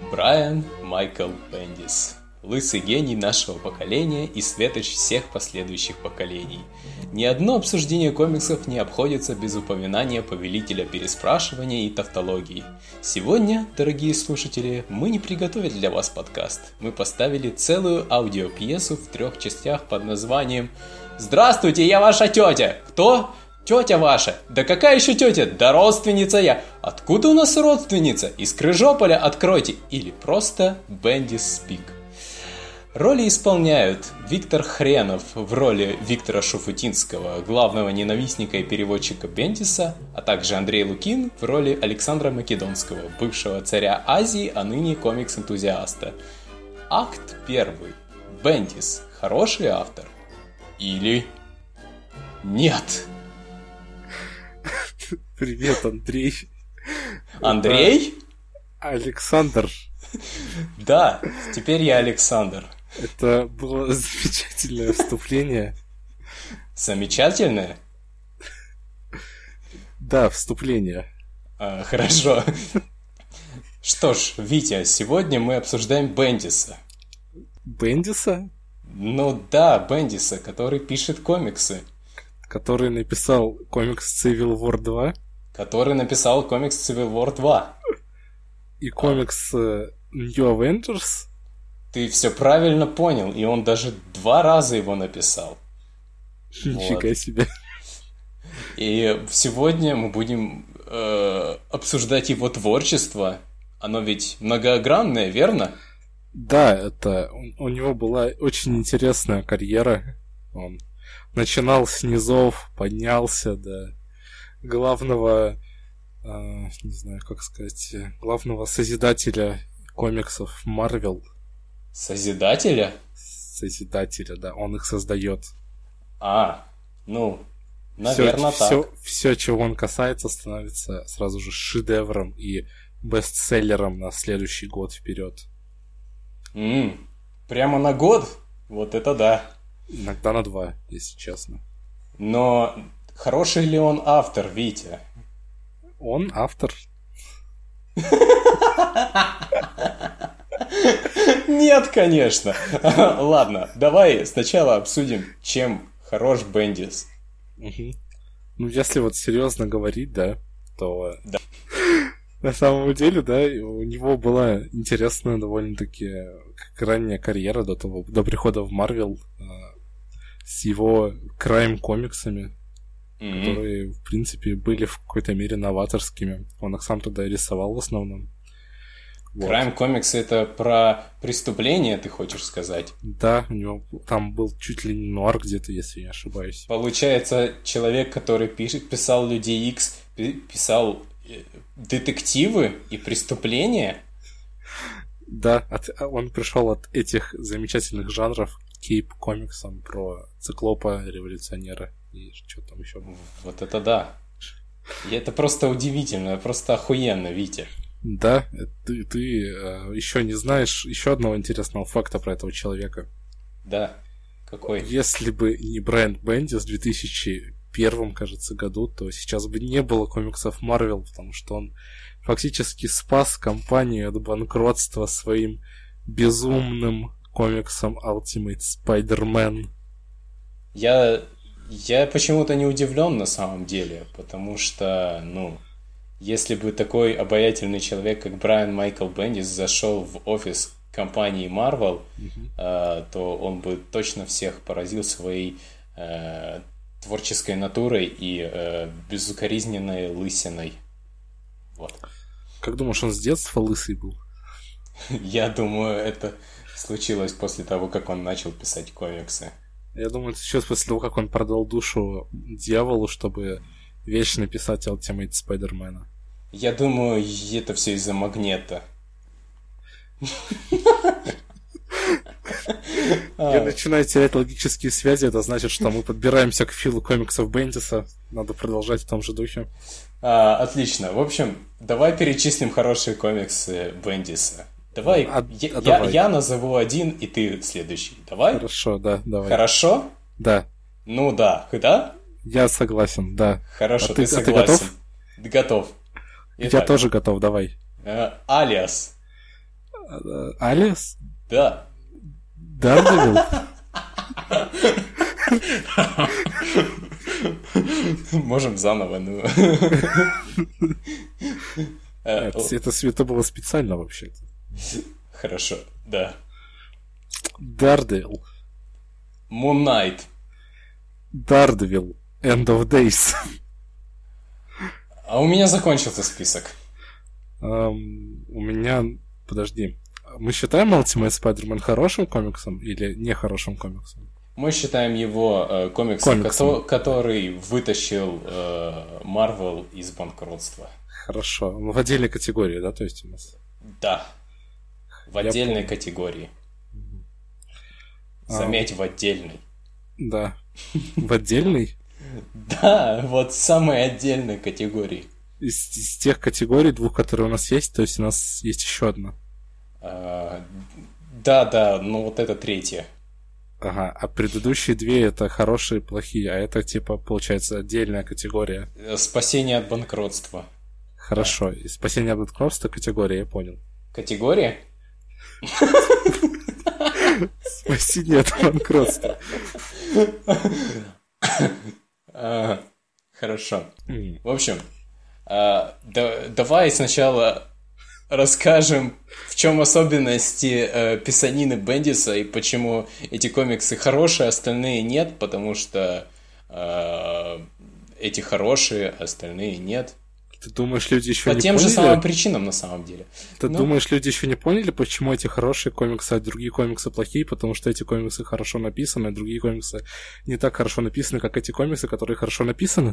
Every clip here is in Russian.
Брайан Майкл Бендис. Лысый гений нашего поколения и светоч всех последующих поколений. Ни одно обсуждение комиксов не обходится без упоминания повелителя переспрашивания и тавтологии. Сегодня, дорогие слушатели, мы не приготовили для вас подкаст. Мы поставили целую аудиопьесу в 3 частях под названием «Здравствуйте, я ваша тетя!» Кто? Тетя ваша! Да какая еще тетя? Да родственница я! Откуда у нас родственница? Из Крыжополя откройте! Или просто Бендис Спик. Роли исполняют Виктор Хренов в роли Виктора Шуфутинского, главного ненавистника и переводчика Бендиса, а также Андрей Лукин в роли Александра Македонского, бывшего царя Азии, а ныне комикс-энтузиаста. Акт 1. Бендис. Хороший автор? Или нет? Привет, Андрей. Андрей? Александр. Да, теперь я Александр. Это было замечательное вступление. Замечательное? Да, вступление. Хорошо. Что ж, Витя, сегодня мы обсуждаем Бендиса. Бендиса? Ну да, Бендиса, который пишет комиксы. Который написал комикс Civil War 2. Который написал комикс Civil War 2. И комикс New Avengers. Ты все правильно понял, и он даже 2 раза его написал. Нифига себе. И сегодня мы будем обсуждать его творчество. Оно ведь многогранное, верно? Да, это у него была очень интересная карьера. Он начинал с низов, поднялся до главного, не знаю, как сказать, главного созидателя комиксов Marvel. Созидателя? Созидателя, да, он их создает. Ну, наверное, так. Все, чего он касается, становится сразу же шедевром и бестселлером на следующий год вперед. Прямо на год? Вот это да. Иногда на 2, если честно. Но хороший ли он автор, Витя? Он автор. Нет, конечно. Ладно, давай сначала обсудим, чем хорош Бендис. Ну, если вот серьезно говорить, да, то... Да. На самом деле, да, у него была интересная довольно-таки ранняя карьера до прихода в Marvel с его крайм-комиксами, которые, в принципе, были в какой-то мере новаторскими. Он их сам тогда рисовал в основном. Вот. Крайм-комиксы — это про преступление, ты хочешь сказать? Да, у него там был чуть ли не нуар где-то, если я не ошибаюсь. Получается, человек, который писал Людей Икс, писал детективы и преступления? Да, он пришел от этих замечательных жанров к кейп-комиксам про циклопа-революционера и что там еще. Вот это да. И это просто удивительно, просто охуенно, Витя. Да, ты еще не знаешь еще одного интересного факта про этого человека. Да, какой? Если бы не Брайан Бендис в 2001, кажется, году, то сейчас бы не было комиксов Marvel, потому что он фактически спас компанию от банкротства своим безумным комиксом Ultimate Spider-Man. Я почему-то не удивлен на самом деле, потому что, если бы такой обаятельный человек, как Брайан Майкл Бендис, зашел в офис компании Marvel, то он бы точно всех поразил своей творческой натурой и безукоризненной лысиной. Вот. Как думаешь, он с детства лысый был? Я думаю, это случилось после того, как он начал писать комиксы. Я думаю, это сейчас после того, как он продал душу дьяволу, чтобы вечно писать Ultimate Spider-Man. Я думаю, это все из-за Магнета. Я начинаю терять логические связи, это значит, что мы подбираемся к филу комиксов Бендиса. Надо продолжать в том же духе. Отлично. В общем, давай перечислим хорошие комиксы Бендиса. Давай, давай. Я назову один, и ты следующий. Давай? Хорошо, да, давай. Хорошо? Да. Ну да. Да? Я согласен, да. Хорошо, ты согласен. Ты готов? Готов. Я тоже готов, давай. Алиас. Алиас? Да. Дардевил? Можем заново, ну. Это было специально вообще-то. Хорошо, да. Дардевил. Moon Knight. Дардевил. End of Days. А у меня закончился список. У меня... Подожди. Мы считаем Ultimate Spider-Man хорошим комиксом или нехорошим комиксом? Мы считаем его комиксом. Который вытащил Marvel из банкротства. Хорошо. В отдельной категории, да, то есть у нас? Да. В отдельной категории. Заметь, в отдельной. Да. В отдельной? Да, вот в самой отдельной категории. Из тех категорий, двух, которые у нас есть, то есть у нас есть еще одна. Да, ну вот это третья. Ага, а предыдущие две это хорошие и плохие, а это типа получается отдельная категория. Спасение от банкротства. Хорошо, и спасение от банкротства категория, я понял. Категория? Спасение от банкротства. Хорошо. В общем, давай сначала расскажем, в чем особенности писанины Бендиса и почему эти комиксы хорошие, остальные нет, потому что эти хорошие, остальные нет. Ты думаешь, люди еще не поняли? По тем же самым причинам, на самом деле. Ты думаешь, люди еще не поняли, почему эти хорошие комиксы, а другие комиксы плохие? Потому что эти комиксы хорошо написаны, а другие комиксы не так хорошо написаны, как эти комиксы, которые хорошо написаны?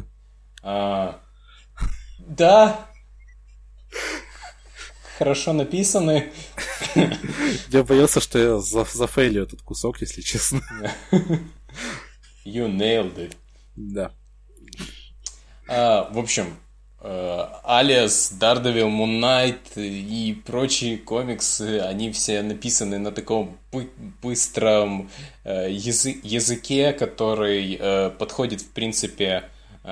Да. Хорошо написаны. Я боялся, что я зафейлю этот кусок, если честно. You nailed it. Да. В общем, Алиас, Daredevil, Moon Knight и прочие комиксы, они все написаны на таком быстром языке, который подходит, в принципе,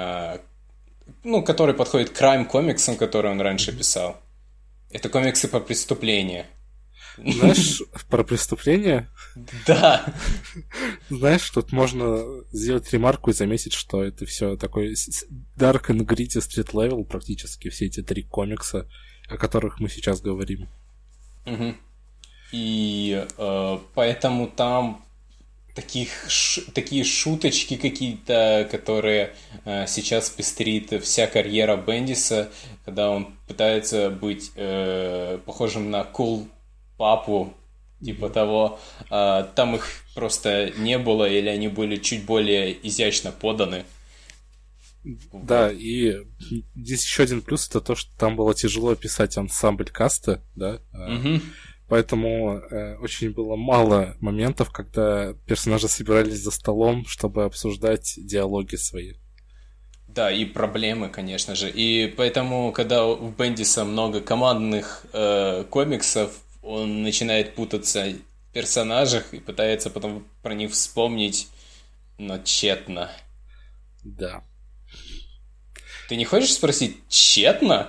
который подходит к крайм-комиксам, которые он раньше писал. Это комиксы по преступлению. Знаешь, про преступление? Да. Знаешь, тут можно сделать ремарку и заметить, что это все такой dark and gritty street level, практически все эти три комикса, о которых мы сейчас говорим. Угу. И поэтому там такие шуточки какие-то, которые сейчас пестрит вся карьера Бендиса, когда он пытается быть похожим на cool папу, типа того. Там их просто не было, или они были чуть более изящно поданы. Да, и здесь еще один плюс, это то, что там было тяжело писать ансамбль каста, да, поэтому очень было мало моментов, когда персонажи собирались за столом, чтобы обсуждать диалоги свои. Да, и проблемы, конечно же. И поэтому, когда у Бендиса много командных комиксов, он начинает путаться в персонажах и пытается потом про них вспомнить, но тщетно. Да. Ты не хочешь спросить, тщетно?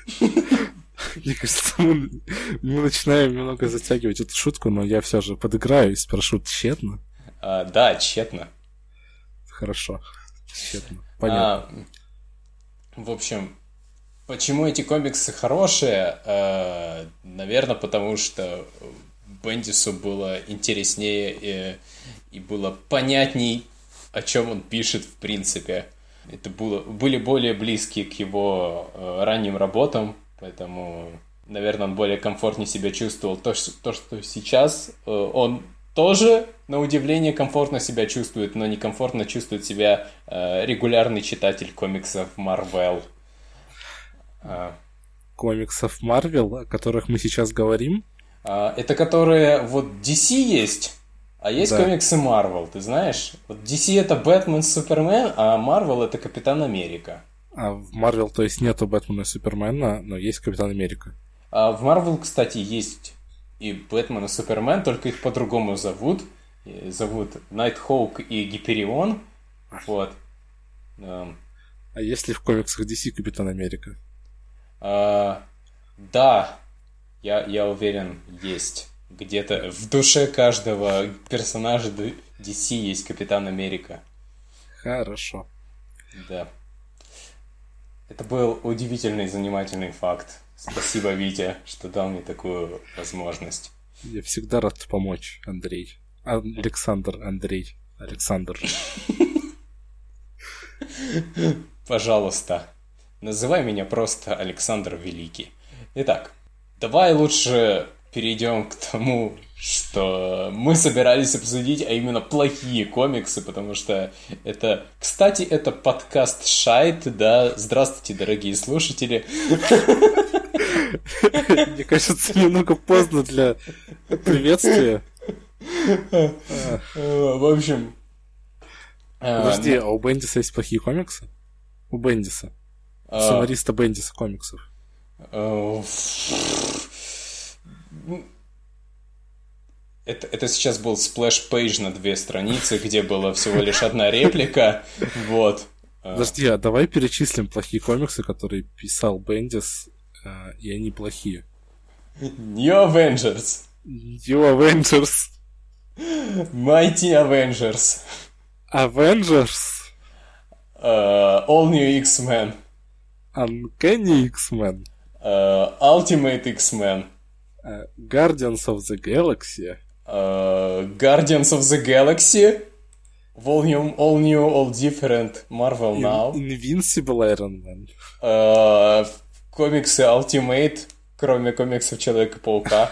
Мне кажется, мы начинаем немного затягивать эту шутку, но я все же подыграю и спрошу, тщетно? Да, тщетно. Хорошо, тщетно. Понятно. В общем, почему эти комиксы хорошие? Наверное, потому что Бендису было интереснее и было понятней, о чем он пишет в принципе. Это были более близкие к его ранним работам, поэтому, наверное, он более комфортнее себя чувствовал. То, что сейчас он тоже, на удивление, комфортно себя чувствует, но некомфортно чувствует себя регулярный читатель комиксов Marvel. Комиксов Marvel, о которых мы сейчас говорим? Это которые вот DC есть, а есть да. Комиксы Marvel, ты знаешь? Вот DC это Бэтмен, Супермен, а Marvel это Капитан Америка. А в Marvel, то есть, нету Бэтмена и Супермена, но есть Капитан Америка. А в Marvel, кстати, есть и Бэтмен, и Супермен, только их по-другому зовут. Зовут Найтхоук и Гиперион. Вот. А есть ли в комиксах DC Капитан Америка? Да. Я уверен, есть. Где-то в душе каждого персонажа DC есть Капитан Америка. Хорошо. Да. Это был удивительный, занимательный факт. Спасибо, Витя, что дал мне такую возможность. Я всегда рад помочь, Андрей. Александр. Пожалуйста, называй меня просто Александр Великий. Итак, давай лучше перейдем к тому, что мы собирались обсудить, а именно плохие комиксы, потому что это... Кстати, это подкаст Шайт, да? Здравствуйте, дорогие слушатели. Мне кажется, немного поздно для приветствия. В общем... Подожди, а у Бендиса есть плохие комиксы? У Бендиса. Сценариста Бендиса комиксов. Это сейчас был сплэш-пейдж на 2 страницы, где была всего лишь одна реплика. Вот. Подожди, а давай перечислим плохие комиксы, которые писал Бендис, и они плохие. New Avengers. Mighty Avengers. All New X-Men. Uncanny X-Men. Ultimate X-Men. Guardians of the Galaxy. Guardians of the Galaxy. Volume All New, All Different. Marvel Now. Invincible Iron Man. Комиксы Ultimate, кроме комиксов Человека-паука.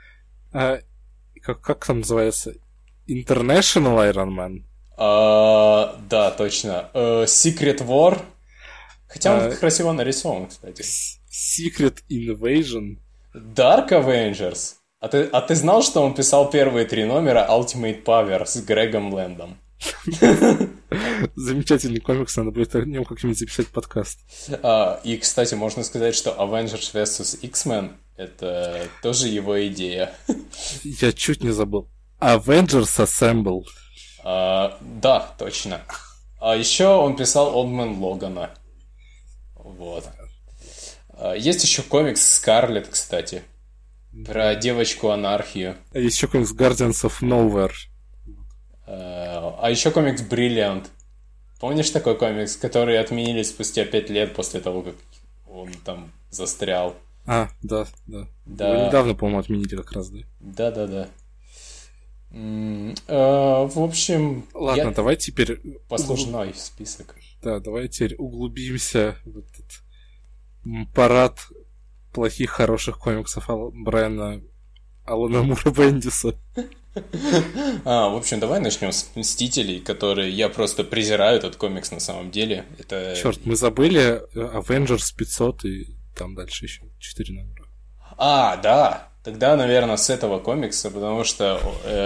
Как там называется? International Iron Man. Да, точно. Secret War. Хотя он красиво нарисован, кстати. Secret Invasion. Dark Avengers. А ты знал, что он писал первые 3 номера Ultimate Power с Грегом Лэндом? Замечательный комикс, надо будет о нем как-нибудь записать подкаст. И, кстати, можно сказать, что Avengers vs. X-Men — это тоже его идея. Я чуть не забыл. Avengers Assemble. Да, точно. А еще он писал Old Man Логана. Вот. Есть еще комикс Скарлетт, кстати. Про девочку-анархию. Есть еще комикс Guardians of Nowhere. А еще комикс Brilliant. Помнишь такой комикс, который отменили спустя 5 лет после того, как он там застрял? Да. Его недавно, по-моему, отменили как раз, да? Да. В общем... Ладно, давай теперь... Послужной список. Да, давай теперь углубимся в этот парад плохих, хороших комиксов Брайана Алана Мура Бендиса. В общем, давай начнем с Мстителей, которые я просто презираю этот комикс на самом деле. Черт, мы забыли Avengers 500 и там дальше еще 4 номера. Да. Тогда, наверное, с этого комикса, потому что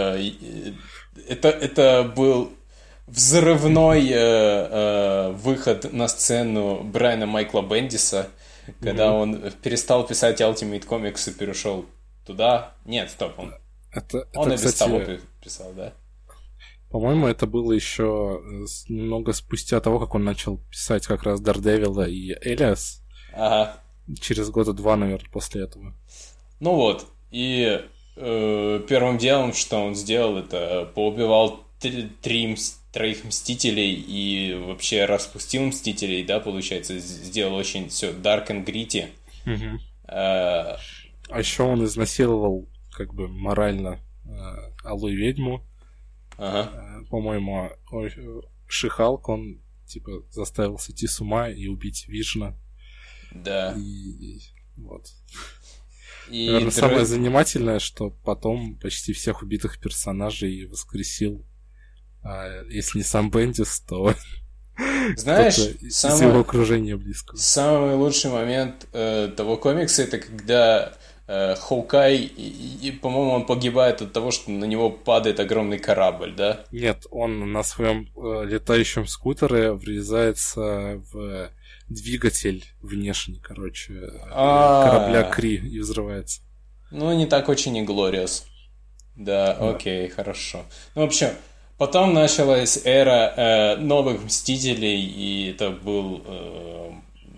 это был взрывной выход на сцену Брайана Майкла Бендиса, когда он перестал писать Ultimate Comics и перешел туда. Нет, стоп, он и без того писал, да? По-моему, это было еще немного спустя того, как он начал писать как раз Daredevil и Элиас. Ага. Через 2 года, наверное, после этого. Ну вот, и первым делом, что он сделал, это поубивал 3 Мстителей и вообще распустил Мстителей, да, получается, сделал очень все dark and gritty. Угу. А еще он изнасиловал, как бы, морально Алую Ведьму. Ага. По-моему, Ши-Халк он, типа, заставил сойти с ума и убить Вижна. Да. И вот. Наверное, самое занимательное, что потом почти всех убитых персонажей воскресил. А если не сам Бендис, то знаешь, из его окружения близкого. Самый лучший момент того комикса — это когда Хоукай, по-моему, он погибает от того, что на него падает огромный корабль, да? Нет, он на своем летающем скутере врезается в двигатель внешний, корабля Кри и взрывается. Ну, не так очень и Глориус. Да, окей, хорошо. Ну, в общем, потом началась эра новых Мстителей, и это был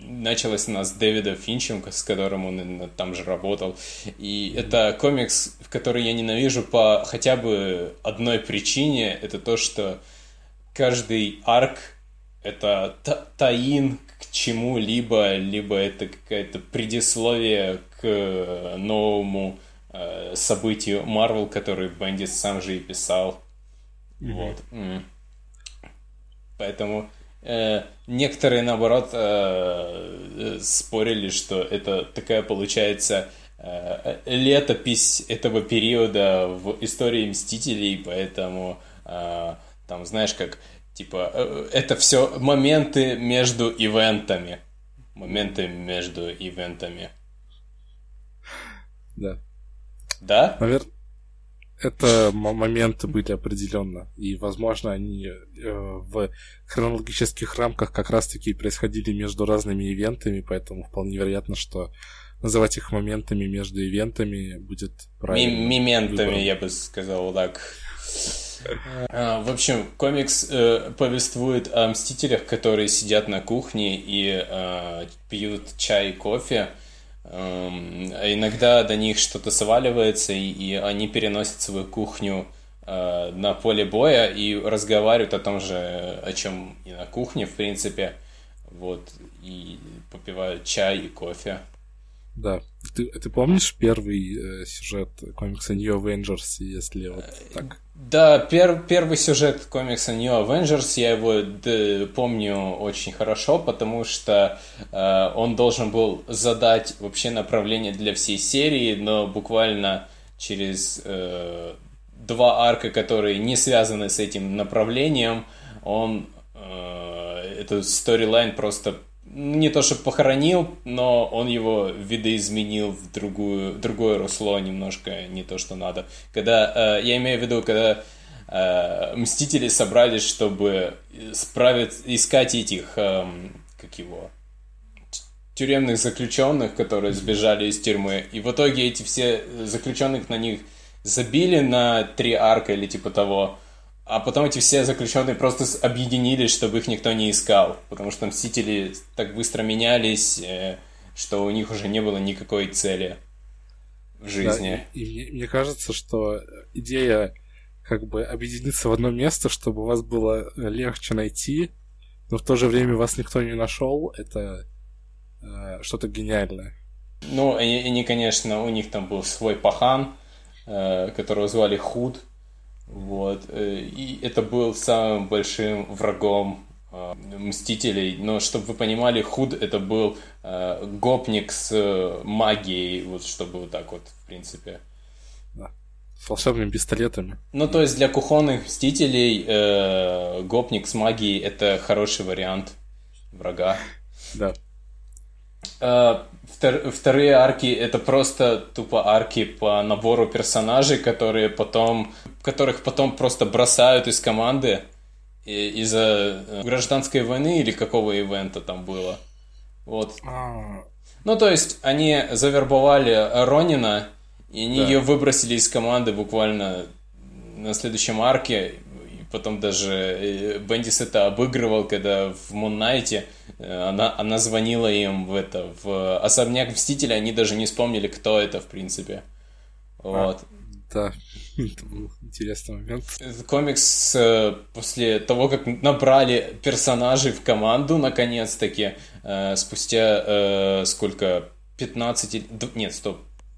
началась она с Дэвида Финчем, с которым он там же работал. И это комикс, в который я ненавижу по хотя бы одной причине. Это то, что каждый арк — это таин к чему-либо, либо это какое-то предисловие к новому событию Marvel, который Бендис сам же и писал. Вот. Поэтому некоторые, наоборот, спорили, что это такая, получается, летопись этого периода в истории Мстителей, поэтому там, знаешь, как, типа, это все моменты между ивентами. Да. Да? Наверное, это моменты были определенно. И, возможно, они в хронологических рамках как раз-таки происходили между разными ивентами, поэтому вполне вероятно, что называть их моментами между ивентами будет правильно. Мементами, я бы сказал так. В общем, комикс повествует о мстителях, которые сидят на кухне и пьют чай и кофе. А иногда до них что-то сваливается, и они переносят свою кухню на поле боя и разговаривают о том же, о чем и на кухне, в принципе. Вот, и попивают чай и кофе. Да. Ты помнишь первый сюжет комикса New Avengers, если вот так? Да, первый сюжет комикса New Avengers, я его помню очень хорошо, потому что он должен был задать вообще направление для всей серии, но буквально через два арка, которые не связаны с этим направлением, он эту сторилайн просто не то что похоронил, но он его видоизменил в другое русло немножко, не то что надо. Когда, я имею в виду, когда Мстители собрались, чтобы искать этих, тюремных заключенных, которые сбежали из тюрьмы. И в итоге эти все заключенных на них забили на 3 арка или типа того. А потом эти все заключенные просто объединились, чтобы их никто не искал. Потому что Мстители так быстро менялись, что у них уже не было никакой цели в жизни. Да, и мне кажется, что идея как бы объединиться в одно место, чтобы вас было легче найти, но в то же время вас никто не нашел, это что-то гениальное. Ну, они, конечно, у них там был свой пахан, которого звали Худ. Вот. И это был самым большим врагом Мстителей. Но чтобы вы понимали, Худ это был гопник с магией, вот чтобы вот так вот, в принципе. Да. С волшебными пистолетами. Ну, то есть для кухонных Мстителей гопник с магией это хороший вариант врага. Да. Вторые арки это просто тупо арки по набору персонажей, которых потом просто бросают из команды из-за гражданской войны или какого ивента там было. Вот. Ну, то есть они завербовали Ронина, и они ее выбросили из команды буквально на следующем арке. Потом даже Бендис это обыгрывал, когда в Мун-Найте она звонила им в особняк Мстителя, они даже не вспомнили, кто это, в принципе. Вот. Да, это был интересный момент. Комикс после того, как набрали персонажей в команду, наконец-таки, спустя сколько? 15... Нет, стоп.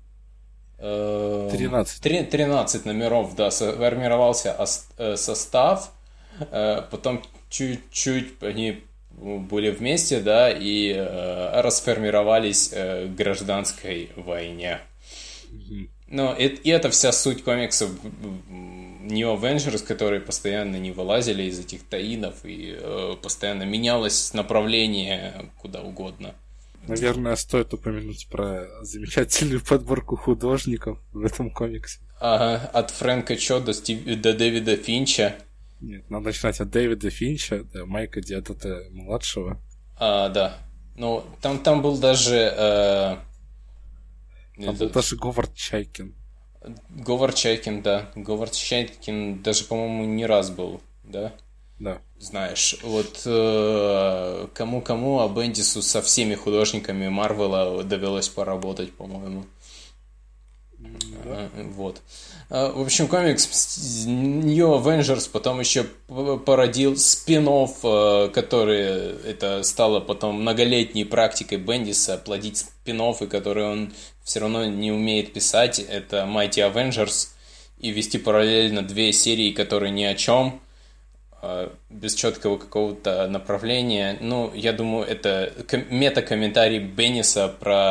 13 номеров, да, сформировался состав, потом чуть-чуть они были вместе, да, и расформировались к гражданской войне. Но и это вся суть комиксов New Avengers, которые постоянно не вылазили из этих таинов, и постоянно менялось направление куда угодно. Наверное, стоит упомянуть про замечательную подборку художников в этом комиксе. Ага, от Фрэнка Чо до Дэвида Финча. Нет, надо начинать от Дэвида Финча до Майка Диатата младшего. Да. Ну, там был даже... Там был даже Говард Чайкин. Говард Чайкин, да. Говард Чайкин даже, по-моему, не раз был, да? Да. Знаешь, вот кому-кому, а Бендису со всеми художниками Марвела довелось поработать, по-моему. Да. Вот. В общем, комикс New Avengers потом еще породил спин-офф, который это стало потом многолетней практикой Бендиса плодить спин-оффы, которые он все равно не умеет писать. Это Mighty Avengers, и вести параллельно две серии, которые ни о чем, без четкого какого-то направления. Ну, я думаю, это мета-комментарий Бенниса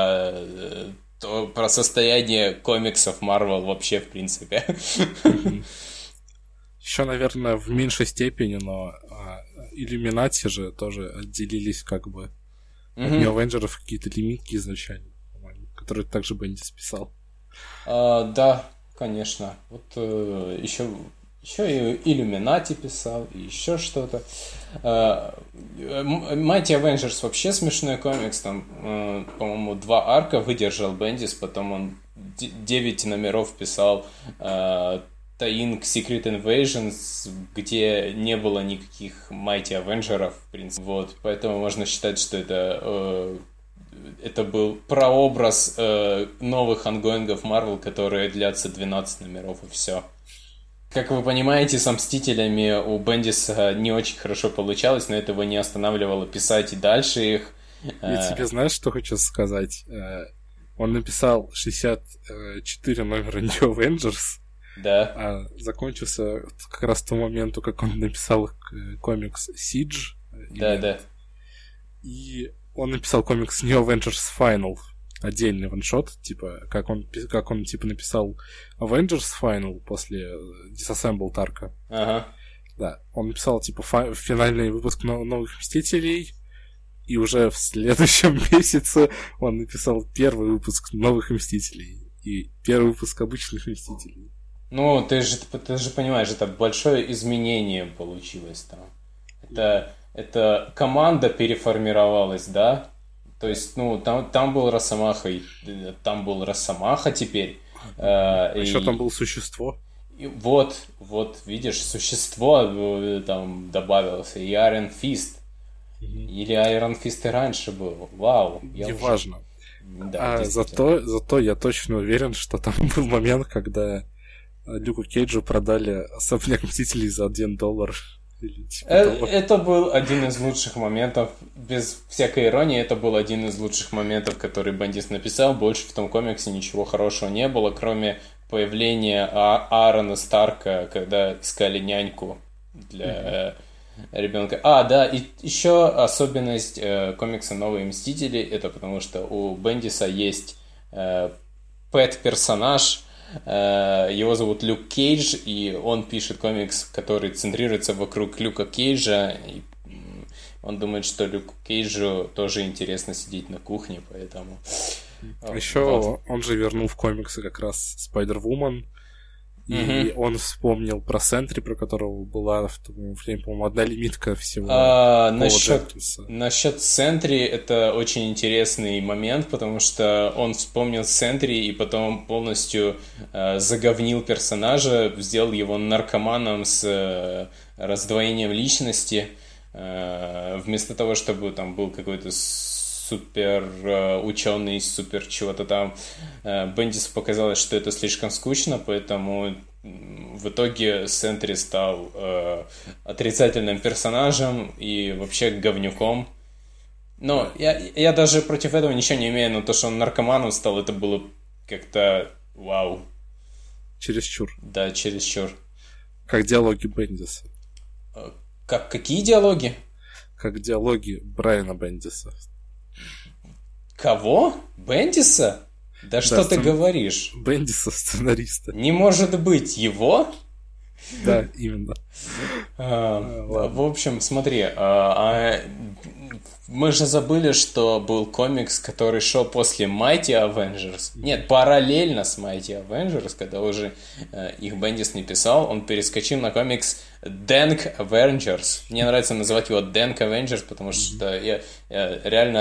про состояние комиксов Marvel вообще, в принципе. Еще, наверное, в меньшей степени, но Иллюминати же тоже отделились как бы от New Avengers какие-то лимитки изначально, которые также Бендис писал. Да, конечно. Вот еще и Иллюминати писал, и еще что-то. Mighty Avengers вообще смешной комикс. Там, по-моему, 2 арка выдержал Бендис, потом он 9 номеров писал таин к Secret Invasions, где не было никаких Mighty Avengers, в принципе. Вот, поэтому можно считать, что это был прообраз новых ангоингов Marvel, которые длятся 12 номеров, и все. Как вы понимаете, с Мстителями у Бендиса не очень хорошо получалось, но это его не останавливало писать и дальше их. Я тебе знаешь, что хочу сказать? Он написал 64 номера New Avengers, да. А закончился как раз к тому моменту, как он написал комикс Siege. Да. И он написал комикс New Avengers Final, отдельный ваншот, типа, как он типа написал Avengers Final после Disassembled арка. Ага. Да, он написал, типа, финальный выпуск Новых Мстителей, и уже в следующем месяце он написал первый выпуск Новых Мстителей и первый выпуск Обычных Мстителей. Ну, ты же понимаешь, это большое изменение получилось там. Это команда переформировалась, да? То есть, ну, там был Росомаха, там был Росомаха теперь. Еще там было Существо. И вот, видишь, Существо там добавилось, и Iron Fist. Или Iron Fist и раньше был. Вау. Неважно. Да, зато я точно уверен, что там был момент, когда Люку Кейджу продали особняк Мстителей за $1. Это был один из лучших моментов, без всякой иронии, это был один из лучших моментов, который Бендис написал. Больше в том комиксе ничего хорошего не было, кроме появления Аарона Старка, когда искали няньку для ребенка. Да, и еще особенность комикса «Новые Мстители», это потому что у Бендиса есть пэт-персонаж. Его зовут Люк Кейдж, и он пишет комикс, который центрируется вокруг Люка Кейджа. И он думает, что Люку Кейджу тоже интересно сидеть на кухне, поэтому... Еще вот. Он же вернул в комиксы как раз Spider-Woman, и он вспомнил про Сентри, про которого была в то время, по-моему, одна лимитка всего. Насчет Сентри это очень интересный момент, потому что он вспомнил Сентри и потом полностью заговнил персонажа, сделал его наркоманом с раздвоением личности, вместо того, чтобы там был какой-то супер ученый, супер чего-то там. Бендису показалось, что это слишком скучно, поэтому в итоге Сентри стал отрицательным персонажем и вообще говнюком. Но я даже против этого ничего не имею, но то, что он наркоманом стал, это было как-то вау. Чересчур. Да, чересчур. Как диалоги Бендиса. Какие диалоги? Как диалоги Брайана Бендиса. Кого? Бендиса? Да что ты говоришь? Бендиса, сценариста. Не может быть его? Да, именно. В общем, смотри, мы же забыли, что был комикс, который шел после Mighty Avengers. Нет, параллельно с Mighty Avengers, когда уже их Бендис не писал, он перескочил на комикс Dank Avengers. Мне нравится называть его Dank Avengers, потому что я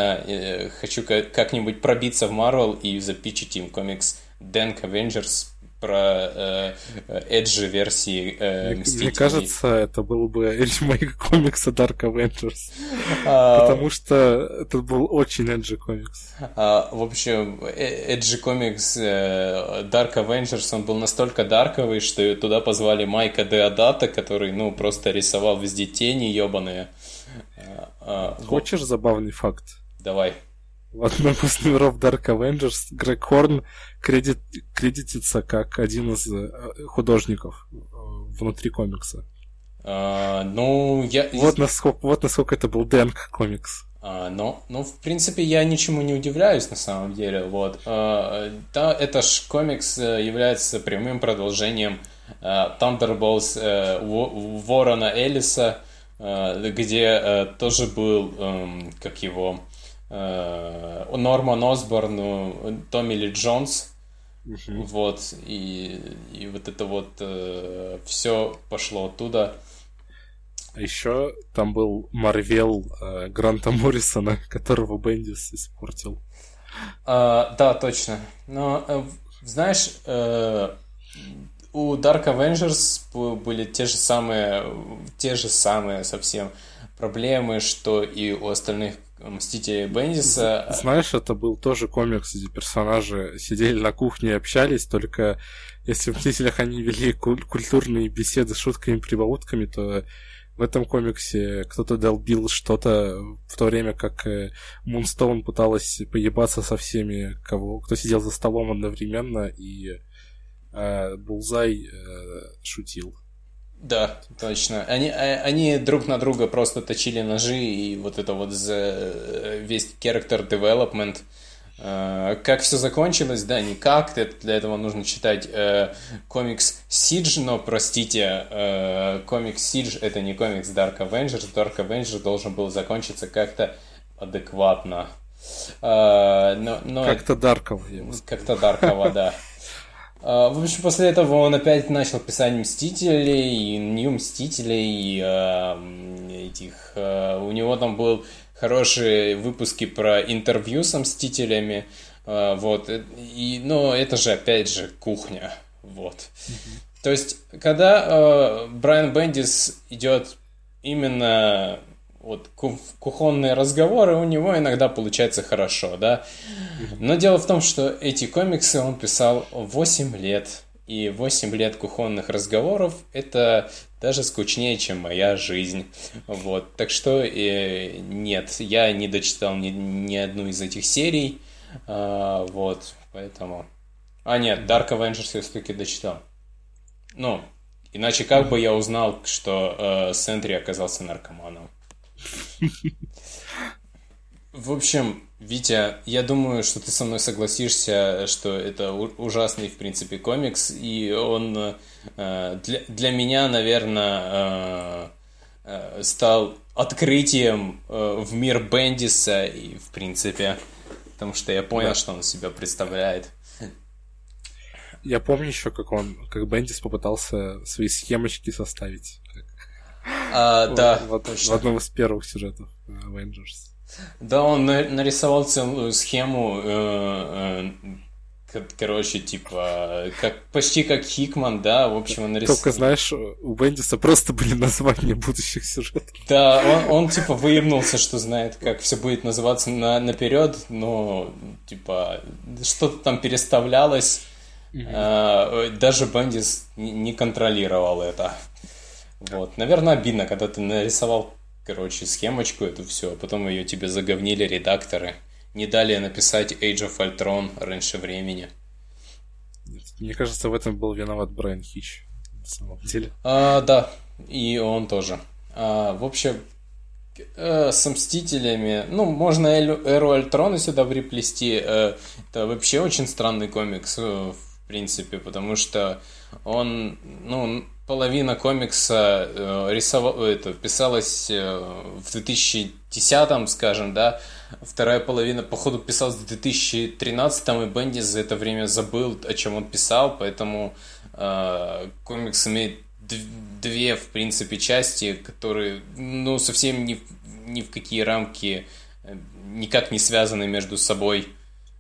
реально хочу как-нибудь пробиться в Marvel и запичить им комикс Dank Avengers. про эджи версии Мстителей. Мне кажется, это был бы ремейк комикса Dark Avengers. Потому что это был очень эджи комикс. В общем, эджи комикс Dark Avengers, он был настолько дарковый, что туда позвали Майка Деодата, который, ну, просто рисовал везде тени ебаные. Хочешь забавный факт? Давай. В одном из номеров Dark Avengers Грег Хорн кредитится как один из художников внутри комикса. Вот насколько это был Дэнк комикс. В принципе, я ничему не удивляюсь на самом деле. Вот. Да, это ж комикс является прямым продолжением Thunderbolts Ворона Эллиса, где тоже был, Норман Осборн, Томми Ли Джонс. Вот, и вот это вот все пошло оттуда. А еще там был Марвел Гранта Моррисона, которого Бендис испортил. Да, точно. Но, знаешь, у Dark Avengers были те же самые совсем проблемы, что и у остальных Мстителей Бендиса. Знаешь, это был тоже комикс, где персонажи сидели на кухне и общались, только если в Мстителях они вели культурные беседы с шутками и прибаутками, то в этом комиксе кто-то долбил что-то, в то время как Мунстоун пыталась поебаться со всеми, кто сидел за столом одновременно, и Булзай шутил. Да, точно. Они друг на друга просто точили ножи, и вот это вот весь character development. Как все закончилось, да, никак. Для этого нужно читать комикс Siege, но, простите, комикс Siege — это не комикс Dark Avengers. Dark Avengers должен был закончиться как-то адекватно. Как-то дарково. Как-то дарково, да. В общем, после этого он опять начал писать Мстителей, и Нью Мстителей, и у него там был хорошие выпуски про интервью с Мстителями, вот, но это же, опять же, кухня, вот. То есть, когда Брайан Бендис идет именно вот кухонные разговоры, у него иногда получается хорошо, да. Но дело в том, что эти комиксы он писал 8 лет. И 8 лет кухонных разговоров — это даже скучнее, чем моя жизнь. Вот. Так что нет, я не дочитал ни одну из этих серий. Вот, поэтому... нет, Dark Avengers я все-таки дочитал. Ну, иначе как бы я узнал, что Сентри оказался наркоманом? В общем, Витя, я думаю, что ты со мной согласишься, что это ужасный, в принципе, комикс, и он для меня, наверное, стал открытием в мир Бендиса, и, в принципе, потому что я понял, что он из себя представляет. Я помню еще, как Бендис попытался свои схемочки составить. Да, в одном из первых сюжетов Avengers. Да, он нарисовал целую схему, короче, типа, почти как Хикман, да, в общем, он нарисовал... Только, знаешь, у Бендиса просто были названия будущих сюжетов. Да, он типа, выебнулся, что знает, как все будет называться наперед, но, типа, что-то там переставлялось, даже Бендис не контролировал это. Вот, наверное, обидно, когда ты нарисовал, короче, схемочку эту все, а потом ее тебе заговнили редакторы. Не дали написать Age of Ultron раньше времени. Мне кажется, в этом был виноват Брайан Хич, на самом деле. Да, и он тоже. В общем, с Мстителями, ну, можно Эру Альтрона сюда приплести. Это вообще очень странный комикс, в принципе, потому что он, ну, половина комикса писалась в 2010-м, скажем, да. Вторая половина, походу, писалась в 2013-м, и Бендис за это время забыл, о чем он писал, поэтому комикс имеет две, в принципе, части, которые, ну, совсем ни в какие рамки никак не связаны между собой.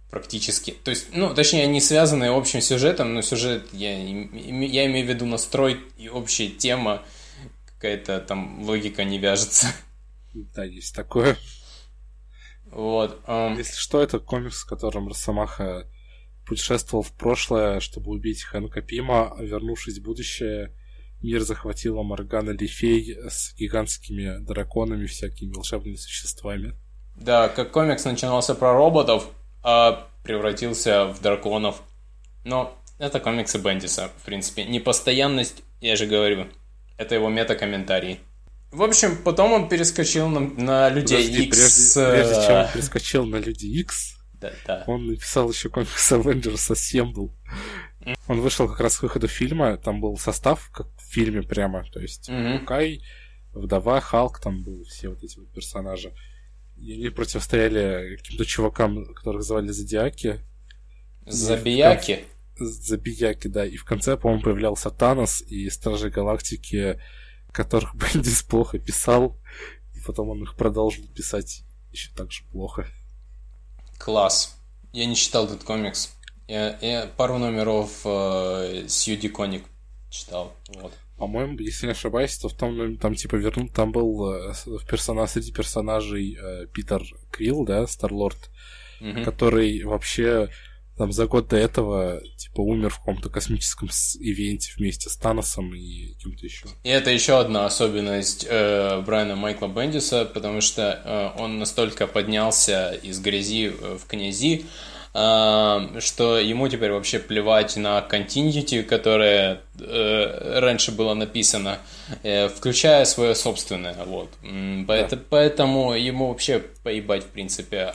практически. То есть, ну, точнее, они связаны общим сюжетом, но сюжет, я имею в виду настрой и общая тема, какая-то там логика не вяжется. Да, есть такое. Вот. Если что, это комикс, в котором Росомаха путешествовал в прошлое, чтобы убить Хэнка Пима, а вернувшись в будущее, мир захватила Моргана Ли Фей с гигантскими драконами, всякими волшебными существами. Да, как комикс начинался про роботов, а превратился в драконов. Но это комиксы Бендиса, в принципе. Непостоянность, я же говорю, это его мета-комментарий. В общем, потом он перескочил на Людей Икс. Прежде чем он перескочил на Люди Икс, да. Он написал еще комикс Avengers Assemble. Он вышел как раз к выходу фильма, там был состав, как в фильме прямо, то есть Кай, Вдова, Халк, там были все вот эти вот персонажи. И они противостояли каким-то чувакам, которых звали Зодиаки. Забияки? Забияки, да. И в конце, по-моему, появлялся Танос и Стражи Галактики, которых Бендис плохо писал, и потом он их продолжил писать еще так же плохо. Класс. Я не читал этот комикс. Я пару номеров с Юди Коник читал. Вот. По-моему, если не ошибаюсь, то в том, там типа вернут, там был среди персонажей Питер Квилл, да, Старлорд, который вообще там за год до этого типа умер в каком-то космическом ивенте вместе с Таносом и кем-то еще. И это еще одна особенность Брайана Майкла Бендиса, потому что он настолько поднялся из грязи в князи, что ему теперь вообще плевать на continuity, которое раньше было написано, включая свое собственное. Вот. Поэтому ему вообще поебать, в принципе,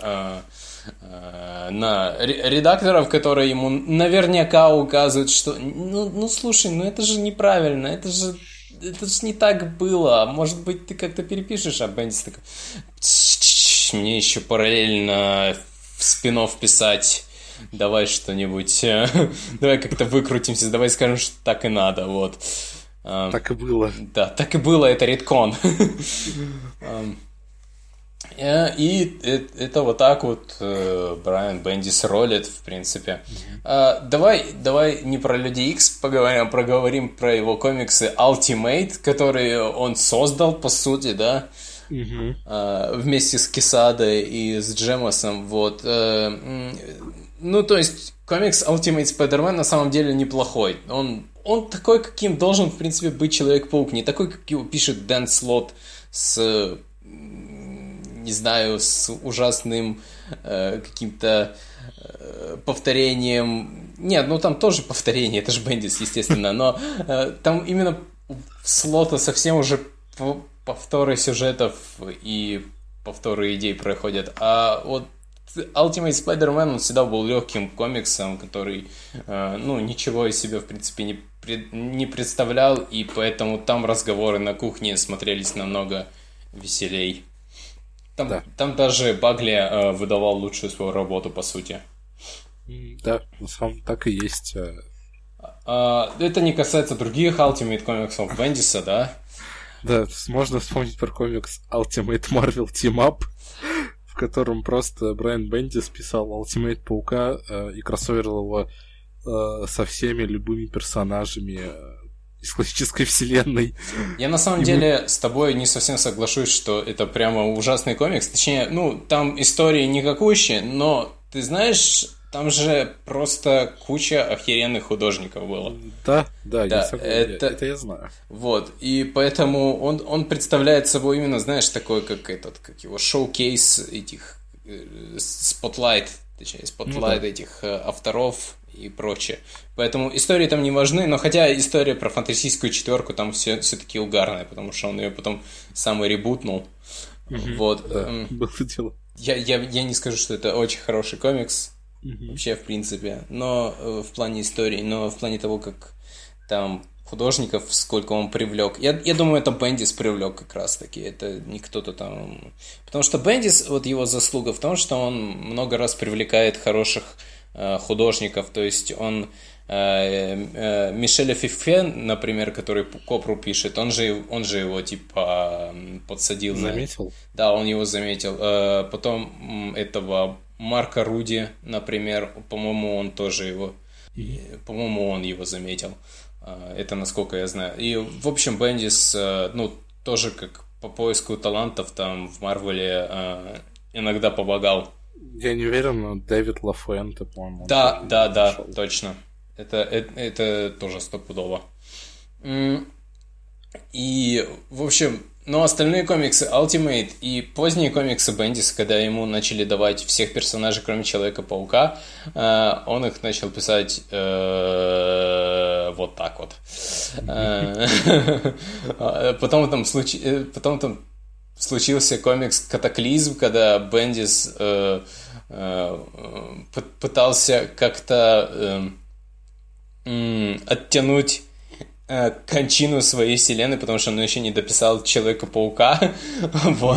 на редакторов, которые ему наверняка указывают, что ну слушай, ну это же неправильно, это же не так было, может быть ты как-то перепишешь, а Бендис такой, мне еще параллельно в спин-офф писать, давай что-нибудь, давай как-то выкрутимся, давай скажем, что так и надо, вот. Так и было. Да, так и было, это редкон. И это вот так вот Брайан Бендис ролит, в принципе. Давай не про Людей Икс поговорим, а проговорим про его комиксы Ultimate, которые он создал, по сути, да, вместе с Кесадой и с Джемосом, вот. Ну, то есть, комикс Ultimate Spider-Man на самом деле неплохой. Он такой, каким должен, в принципе, быть Человек-паук, не такой, как его пишет Дэн Слот с... не знаю, с ужасным каким-то повторением. Нет, ну там тоже повторение, это же Бендис, естественно, но там именно Слота совсем уже повторы сюжетов и повторы идей проходят. А вот Ultimate Spider-Man, он всегда был легким комиксом, который, ну, ничего из себя, в принципе, не представлял, и поэтому там разговоры на кухне смотрелись намного веселей. Там даже Багли выдавал лучшую свою работу, по сути. Да, на самом деле так и есть. Это не касается других Ultimate комиксов Бендиса, да? Да, можно вспомнить про комикс Ultimate Marvel Team Up, в котором просто Брайан Бендис писал Ultimate Паука и кроссоверил его со всеми любыми персонажами из классической вселенной. Я на самом деле с тобой не совсем соглашусь, что это прямо ужасный комикс. Точнее, ну, там истории никакущие, но ты знаешь, там же просто куча охеренных художников было. Да, я согласен, это я знаю. Вот, и поэтому он представляет собой именно, знаешь, такой, как его шоу-кейс этих спотлайт этих авторов и прочее. Поэтому истории там не важны, но хотя история про фантастическую четверку там все-таки угарная, потому что он ее потом сам и ребутнул. Вот. Да, было дело. Я не скажу, что это очень хороший комикс, вообще, в принципе, но в плане истории, но в плане того, как там художников, сколько он привлек. Я думаю, это Бендис привлек как раз-таки, это не кто-то там... Потому что Бендис, вот его заслуга в том, что он много раз привлекает хороших художников, то есть он Мишеля Фифе, например, который Копру пишет, он же его типа подсадил. Заметил? Да, он его заметил. Потом этого Марка Руди, например, по-моему, он тоже его... По-моему, он его заметил. Это насколько я знаю. И, в общем, Бендис, тоже как по поиску талантов там в Марвеле иногда помогал. Я не уверен, но Дэвид Лафуэнте, по-моему. Да, точно. Это тоже стопудово. И, в общем, остальные комиксы Ultimate и поздние комиксы Бендиса, когда ему начали давать всех персонажей, кроме Человека-паука, он их начал писать вот так вот. Потом там случился комикс «Катаклизм», когда Бендис пытался как-то оттянуть кончину своей вселенной, потому что он еще не дописал Человека-паука. Вот.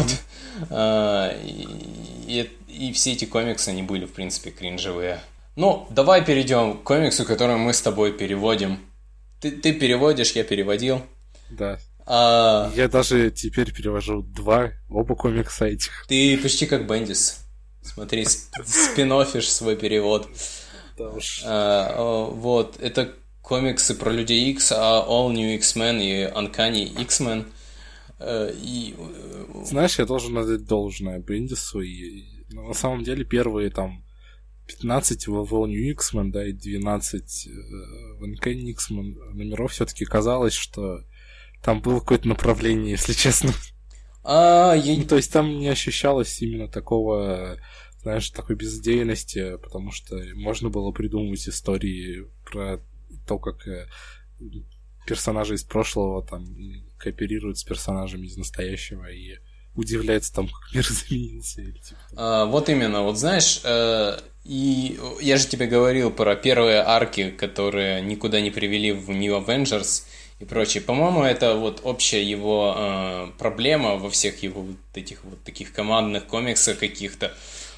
И все эти комиксы, они были, в принципе, кринжевые. Давай перейдем к комиксу, который мы с тобой переводим. Ты переводишь, я переводил. Да. Я даже теперь перевожу оба комикса этих. Ты почти как Бендис. Смотри, спин-оффишь свой перевод. Да уж. Вот, это комиксы про Людей Икс, All New X-Men и Uncanny X-Men. Знаешь, я должен отдать должное Бендису. На самом деле первые там 15 в All New X-Men, да, и 12 в Uncanny X-Men номеров все-таки казалось, что там было какое-то направление, если честно. То есть там не ощущалось именно такого, знаешь, такой бездейности, потому что можно было придумывать истории про то, как персонажи из прошлого там кооперируют с персонажами из настоящего и удивляются там, как мир изменился. Или типа. Вот именно, вот знаешь, и я же тебе говорил про первые арки, которые никуда не привели в New Avengers и прочее. По-моему, это вот общая его проблема во всех его вот этих вот таких командных комиксах каких-то.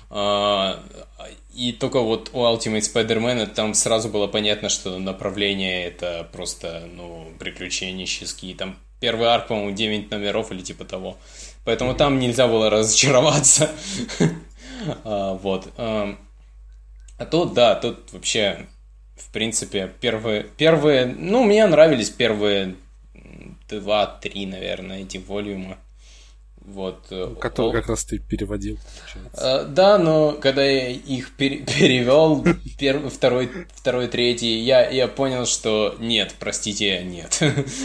И только вот у Ultimate Spider-Man там сразу было понятно, что направление это просто, приключенческие. Там первый арк, по-моему, 9 номеров или типа того. Поэтому там нельзя было разочароваться. Вот. А тут, да, тут вообще, в принципе, первые, мне нравились первые 2-3, наверное, эти волюмы. Вот. Который как раз ты переводил. Да, но когда я их перевел, второй, третий, я понял, что нет, простите, нет.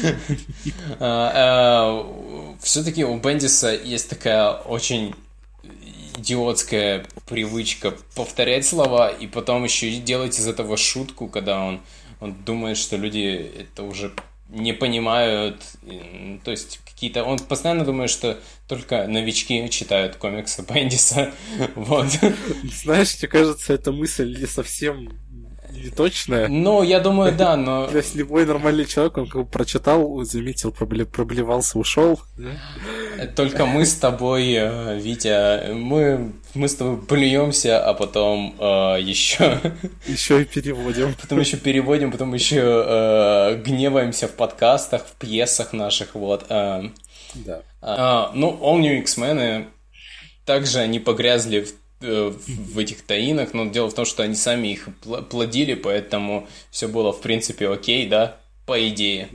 Все-таки у Бендиса есть такая очень идиотская привычка повторять слова и потом еще и делать из этого шутку, когда он думает, что люди это уже не понимают, то есть какие-то... Он постоянно думает, что только новички читают комиксы Бендиса, вот. Знаешь, мне кажется, эта мысль не совсем не точная. Я думаю, да, но... То есть любой нормальный человек, он как бы прочитал, заметил, проблевался, ушел. Только мы с тобой, Витя, мы с тобой плюемся, а потом еще... Еще и переводим. Потом еще переводим, потом еще гневаемся в подкастах, в пьесах наших, вот. Да. All New X-Men, также они погрязли в этих таинах, но дело в том, что они сами их плодили, поэтому все было, в принципе, окей, да, по идее.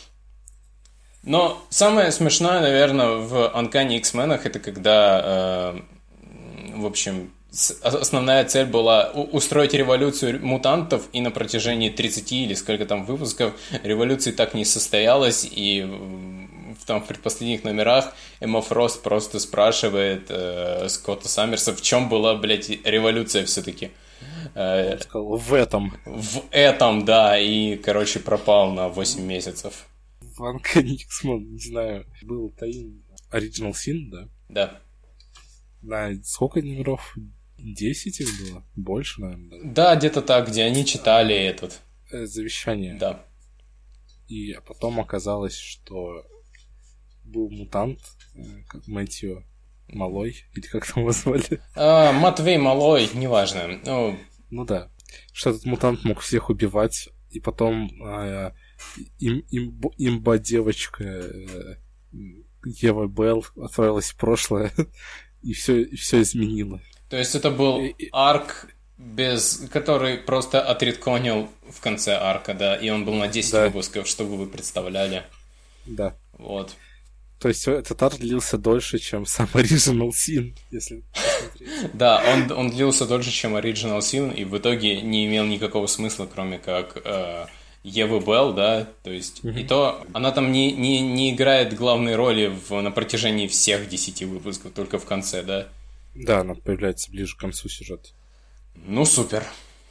Но самое смешное, наверное, в Uncanny X-Men это когда, в общем, основная цель была устроить революцию мутантов, и на протяжении 30 или сколько там выпусков революции так не состоялась, и там в предпоследних номерах Эмма Фрост просто спрашивает Скотта Саммерса, в чем была, блядь, революция все-таки. Он сказал, в этом. В этом, да, и, короче, пропал на 8 месяцев. В Uncanny X-Men, не знаю, был таин Original Sin, да? Да. На сколько номеров? 10 их было? Больше, наверное. Да, где-то так, где они читали этот... Завещание. Да. И потом оказалось, что был мутант, как Мэтью Малой, или как там его звали? Матвей Малой, неважно. Ну да. Что этот мутант мог всех убивать, и потом имба-девочка Ева Белл отправилась в прошлое и все изменила. То есть это был арк, который просто отредконил в конце арка, да, и он был на 10 выпусков, чтобы вы представляли. Да. Вот. То есть этот арк длился дольше, чем сам Original Sin, если посмотреть. Да, он длился дольше, чем Original Sin, и в итоге не имел никакого смысла, кроме как Евы Белл, да, то есть и то она там не играет главной роли на протяжении всех 10 выпусков, только в конце, да. Да, она появляется ближе к концу сюжета. Ну, супер.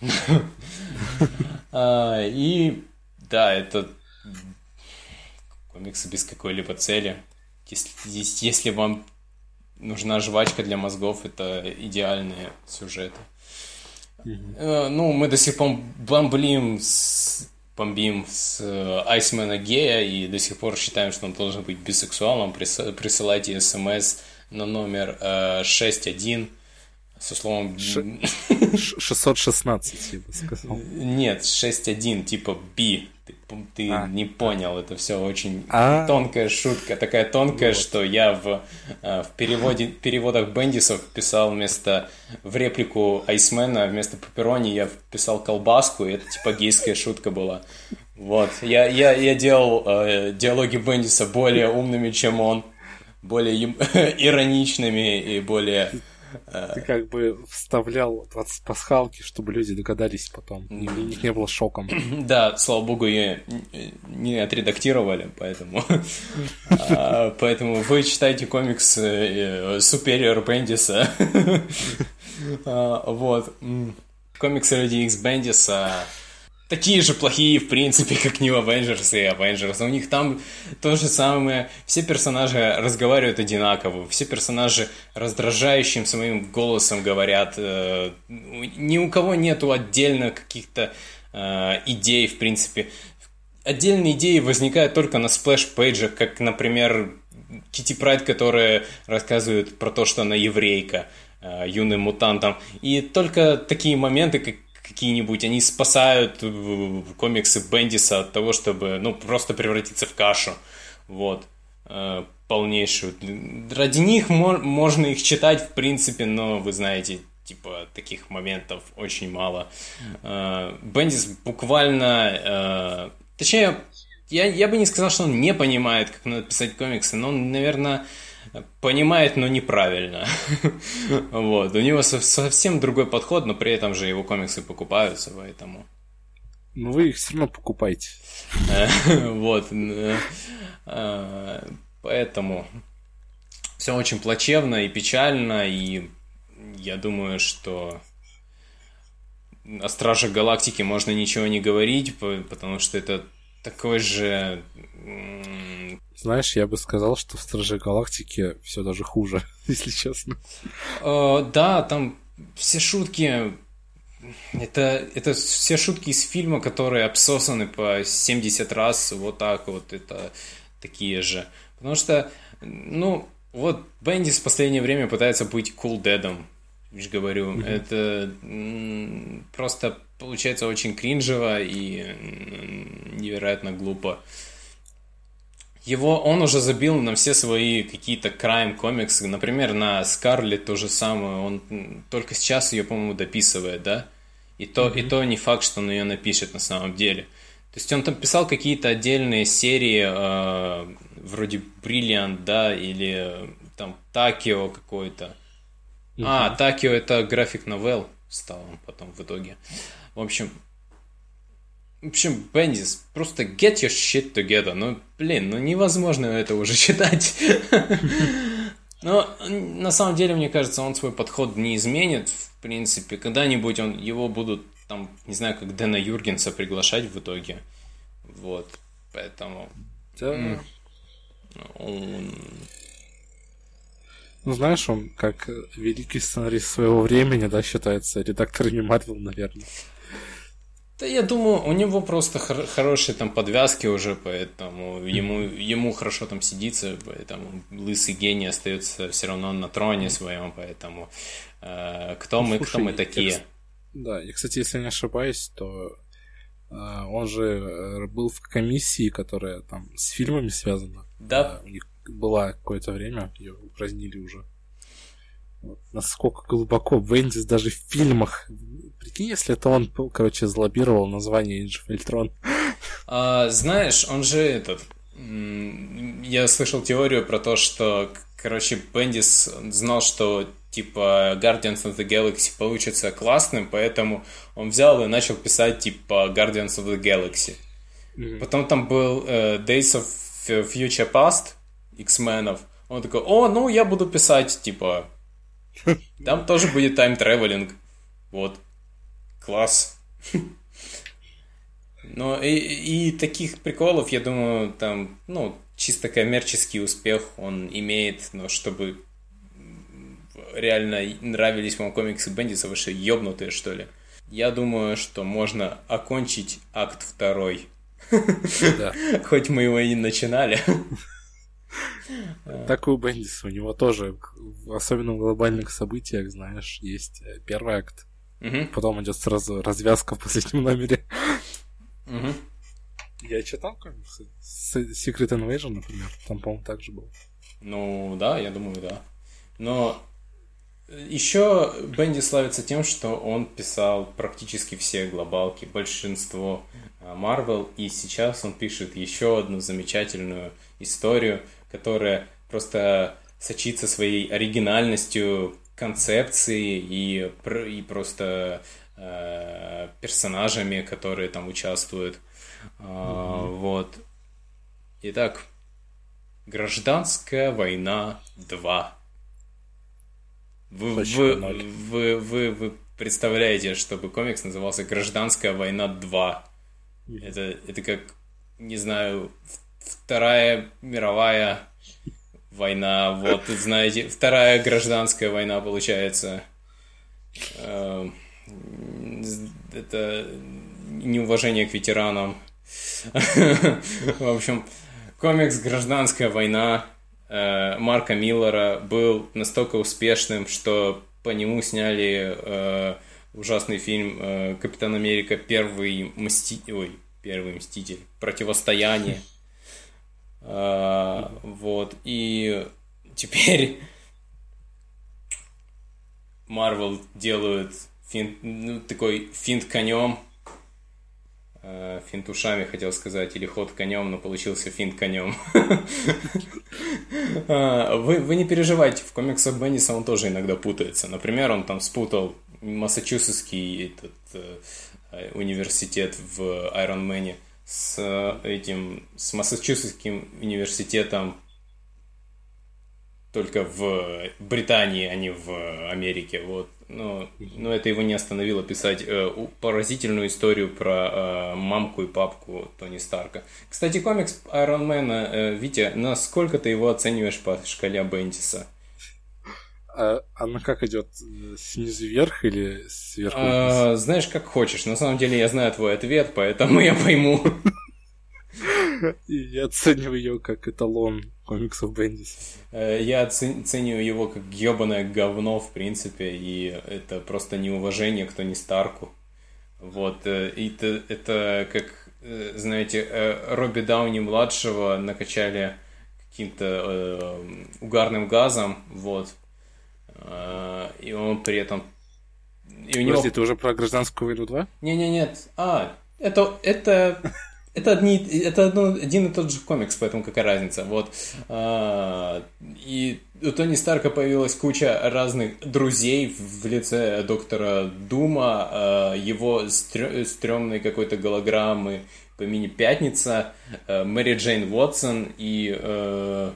И да, это комиксы без какой-либо цели. Если вам нужна жвачка для мозгов, это идеальные сюжеты. Ну, мы до сих пор бомбим с Айсмена гея и до сих пор считаем, что он должен быть бисексуалом. Присылайте смс на номер 61 со словом... 616, я бы сказал. Нет, 6.1, типа B. Ты не понял, это все очень тонкая шутка. Такая тонкая, что я в переводах Бендисов писал в реплику Айсмена вместо пепперони я вписал колбаску, и это типа гейская шутка была. Вот. Я делал диалоги Бендиса более умными, чем он, более ироничными и более... Ты как бы вставлял пасхалки, чтобы люди догадались потом. И для них не было шоком. Да, слава богу, ее не отредактировали, поэтому... Поэтому вы читаете комикс Superior Бендиса. Вот. Комиксы Люди Икс Бендиса такие же плохие, в принципе, как New Avengers и Avengers. У них там то же самое. Все персонажи разговаривают одинаково. Все персонажи раздражающим своим голосом говорят. Ни у кого нету отдельно каких-то идей, в принципе. Отдельные идеи возникают только на сплэш-пейджах, как, например, Китти Прайд, которая рассказывает про то, что она еврейка юным мутантам. И только такие моменты, как какие-нибудь, они спасают комиксы Бендиса от того, чтобы, просто превратиться в кашу, вот, полнейшую. Ради них можно их читать, в принципе, но, вы знаете, типа, таких моментов очень мало. Бендис буквально, точнее, я бы не сказал, что он не понимает, как надо писать комиксы, но он, наверное... понимает, но неправильно. Вот. У него совсем другой подход, но при этом же его комиксы покупаются, поэтому... Ну, вы их все равно покупаете. Вот. Поэтому все очень плачевно и печально, и я думаю, что о Стражах Галактики можно ничего не говорить, потому что это такой же... Знаешь, я бы сказал, что в Страже Галактики все даже хуже, если честно. Да, там все шутки... Это все шутки из фильма, которые обсосаны по 70 раз, вот так вот, это такие же. Потому что, вот Бендис в последнее время пытается быть cool дедом, я же говорю. Это просто получается очень кринжево и невероятно глупо. Он уже забил на все свои какие-то крайм-комиксы. Например, на Скарлетт то же самое. Он только сейчас ее, по-моему, дописывает, да? И то не факт, что он ее напишет на самом деле. То есть он там писал какие-то отдельные серии, вроде Brilliant, да, или там Такио какой-то. Такио это график новелл стал он потом в итоге. В общем, Бендис, просто get your shit together. Невозможно это уже читать. Но на самом деле, мне кажется, он свой подход не изменит. В принципе, когда-нибудь его будут, там, не знаю, как Дэна Юргенса приглашать в итоге. Вот, поэтому... Да. Знаешь, он как великий сценарист своего времени, да, считается редакторами Марвел, наверное. Да, я думаю, у него просто хорошие там подвязки уже, поэтому ему хорошо там сидится, поэтому лысый гений остается все равно на троне своем, поэтому кто мы такие? И, кстати, если не ошибаюсь, то он же был в комиссии, которая там с фильмами связана. Да. У них была какое-то время, ее упразднили уже. Вот насколько глубоко Бендис даже в фильмах. Прикинь, если это он, короче, злоббировал название Age of Ultron. Знаешь, он же я слышал теорию про то, что, короче, Бендис знал, что типа Guardians of the Galaxy получится классным, поэтому он взял и начал писать типа Guardians of the Galaxy. Потом там был Days of Future Past, X-менов. Он такой, ну я буду писать, типа, там тоже будет тайм-тревелинг. Вот. Класс. Ну, и таких приколов, я думаю, там, чисто коммерческий успех он имеет, но чтобы реально нравились вам комиксы Бендиса, вы что, ёбнутые, что ли? Я думаю, что можно окончить акт 2. Да. Хоть мы его и не начинали. Так и у Бендиса, у него тоже, особенно в глобальных событиях, знаешь, есть первый акт, потом идет сразу развязка в последнем номере. Я читал комиксы. Secret Invasion, например, там, по-моему, так же было. Ну, да, я думаю, да. Но еще Бенди славится тем, что он писал практически все глобалки, большинство Marvel, и сейчас он пишет еще одну замечательную историю, которая просто сочится своей оригинальностью, концепцией и просто персонажами, которые там участвуют. Вот. Итак, Гражданская война 2. Вы представляете, чтобы комикс назывался Гражданская война 2. Это как, не знаю, Вторая мировая война. Вот, знаете, Вторая гражданская война получается. Это неуважение к ветеранам. В общем, комикс «Гражданская война» Марка Миллера был настолько успешным, что по нему сняли ужасный фильм «Капитан Америка. Первый мститель. Противостояние». Вот. И теперь Marvel делают такой финт конем. Финт ушами, хотел сказать, или ход конем, но получился финт конем. Вы не переживайте, в комиксах Бендиса он тоже иногда путается. Например, он там спутал Массачусетский университет в Iron Man с Массачусетским университетом только в Британии, а не в Америке. Вот. Но это его не остановило писать поразительную историю про мамку и папку Тони Старка. Кстати, комикс Iron Man, Витя, насколько ты его оцениваешь по шкале Бендиса? Она как идет? Снизу вверх или сверху вниз? Знаешь, как хочешь. На самом деле я знаю твой ответ, поэтому я пойму. Я оцениваю ее как эталон комиксов Бендиса. Я оцениваю его как ёбаное говно, в принципе, и это просто неуважение к Тони Старку. Вот, и это как, знаете, Робби Дауни-младшего накачали каким-то угарным газом, вот, и он при этом... Подожди, ты уже про «Гражданскую войну 2»? Нет. Это один и тот же комикс, поэтому какая разница. Вот. И у Тони Старка появилась куча разных друзей в лице доктора Дума, его стрёмной какой-то голограммы по имени Пятница, Мэри Джейн Уотсон и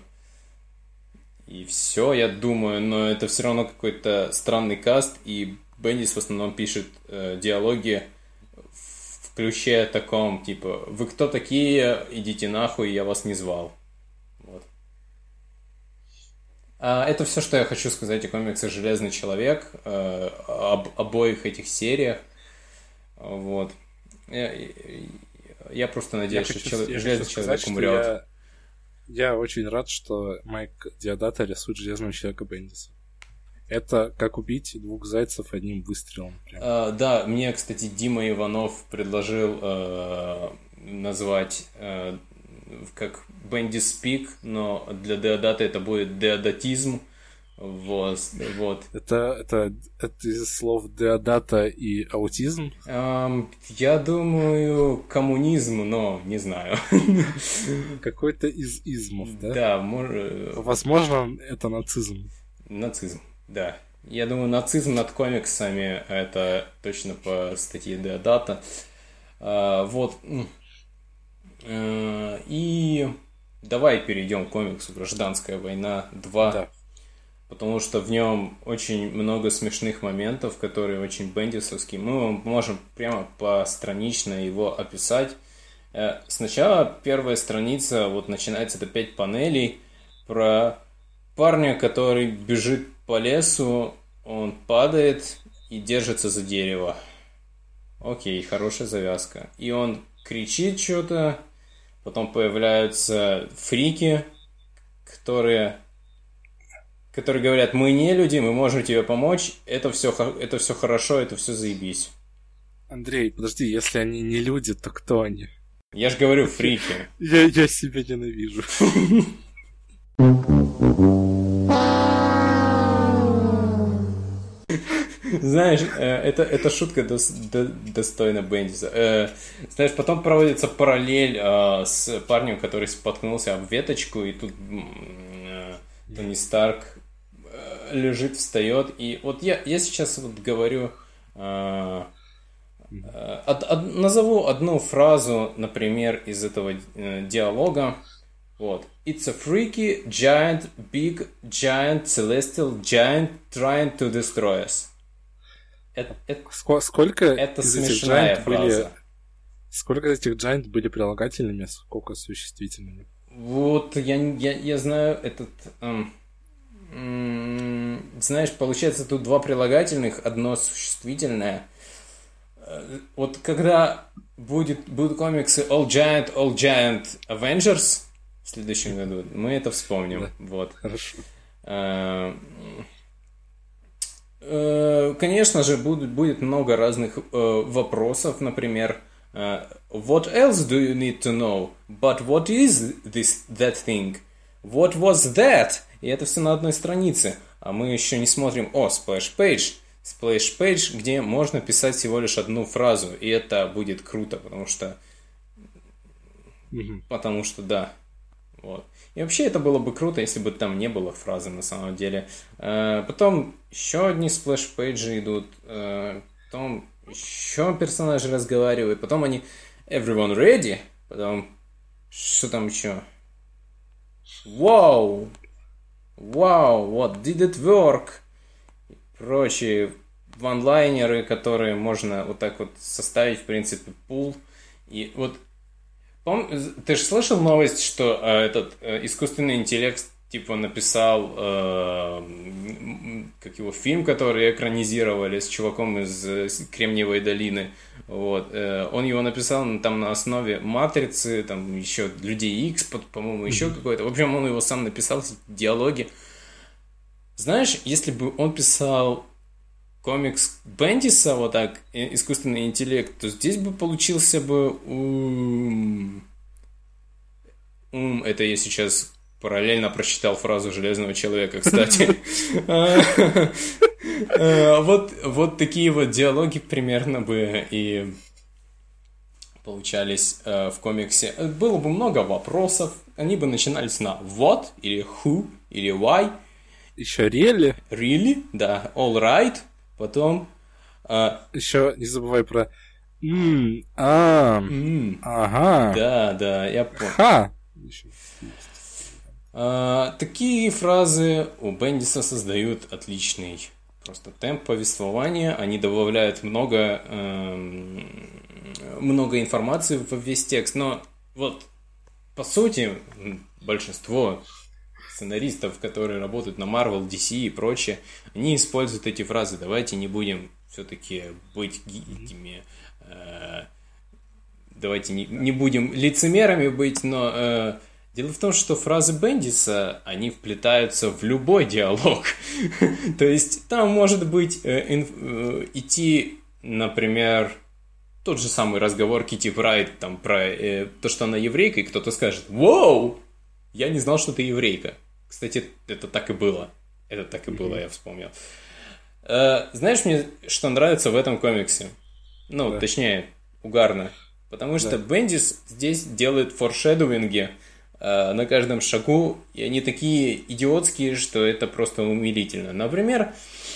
все, я думаю, но это все равно какой-то странный каст, и Бендис в основном пишет диалоги в ключе таком, типа, вы кто такие, идите нахуй, я вас не звал. Вот. Это все, что я хочу сказать о комиксах «Железный человек», об обоих этих сериях. Вот. Я просто надеюсь, что Железный человек умрет. Я очень рад, что Майк Диодата рисует «Железного человека» Бендиса. Это как убить двух зайцев одним выстрелом. Да, мне, кстати, Дима Иванов предложил назвать как Бендис Пик, но для Деодата это будет деодатизм. Вот, вот. Это из слов Деодата и аутизм? Я думаю, коммунизм, но не знаю. Какой-то из измов, да? Да, возможно, это нацизм. Нацизм, да. Я думаю, нацизм над комиксами — это точно по статье Деодата. Вот. И давай перейдем к комиксу «Гражданская война 2». Да. Потому что в нем очень много смешных моментов, которые очень бендисовские. Мы можем прямо постранично его описать. Сначала первая страница, вот начинается, это 5 панелей про парня, который бежит по лесу, он падает и держится за дерево. Окей, хорошая завязка. И он кричит что-то, потом появляются фрики, которые говорят: мы не люди, мы можем тебе помочь, это все хорошо, это все заебись. Андрей, подожди, если они не люди, то кто они? Я же говорю, фрики. Я себя ненавижу. Знаешь, это шутка достойна Бендиса. Знаешь, потом проводится параллель с парнем, который споткнулся об веточку, и тут Тони Старк лежит, встает. И вот я сейчас вот говорю, назову одну фразу, например, из этого диалога. Вот. It's a freaky, giant, big, giant, celestial giant trying to destroy us. Сколько это из смешная этих фраза. Сколько из этих giant были прилагательными, сколько существительными? Вот, я знаю этот... знаешь, получается, тут 2 прилагательных, одно существительное. Вот когда будут комиксы All Giant Avengers в следующем году, мы это вспомним. Да. Вот. Хорошо. Конечно же, будет много разных вопросов, например, what else do you need to know? But what is that thing? What was that? И это все на одной странице. А мы еще не смотрим Splash Page, где можно писать всего лишь одну фразу. И это будет круто, потому что да. Вот. И вообще это было бы круто, если бы там не было фразы на самом деле. Потом еще одни сплэш-пейджи идут. Потом еще персонажи разговаривают. Потом они everyone ready. Потом что там еще? Wow, what did it work? И прочие ванлайнеры, которые можно вот так вот составить, в принципе, пул. И вот ты же слышал новость, что этот искусственный интеллект типа написал фильм, который экранизировали с чуваком из Кремниевой долины. Вот. Он его написал там на основе Матрицы, там еще Людей Икс, по-моему, еще какой-то. В общем, он его сам написал, эти диалоги. Знаешь, если бы он писал комикс Бендиса, вот так, искусственный интеллект, то здесь бы получился бы это я сейчас параллельно прочитал фразу Железного человека, кстати. Вот такие вот диалоги примерно бы и получались в комиксе. Было бы много вопросов, они бы начинались на what, или who, или why. Еще really. Really, да, all right. Потом... Еще не забывай про ага. Да, я понял. Ха. Такие фразы у Бендиса создают отличный просто темп повествования. Они добавляют много информации в весь текст. Но вот, по сути, большинство сценаристов, которые работают на Marvel, DC и прочее, они используют эти фразы. Давайте не будем все-таки быть этими... давайте не будем лицемерами быть, но... Дело в том, что фразы Бендиса, они вплетаются в любой диалог. То есть там может быть идти, например, тот же самый разговор Китти Прайд там, про то, что она еврейка, и кто-то скажет: «Воу! Я не знал, что ты еврейка». Кстати, это так и было. Это так и было, я вспомнил. Знаешь, мне что нравится в этом комиксе? Ну, точнее, угарно. Потому что Бендис здесь делает форшедовинги на каждом шагу, и они такие идиотские, что это просто умилительно. Например,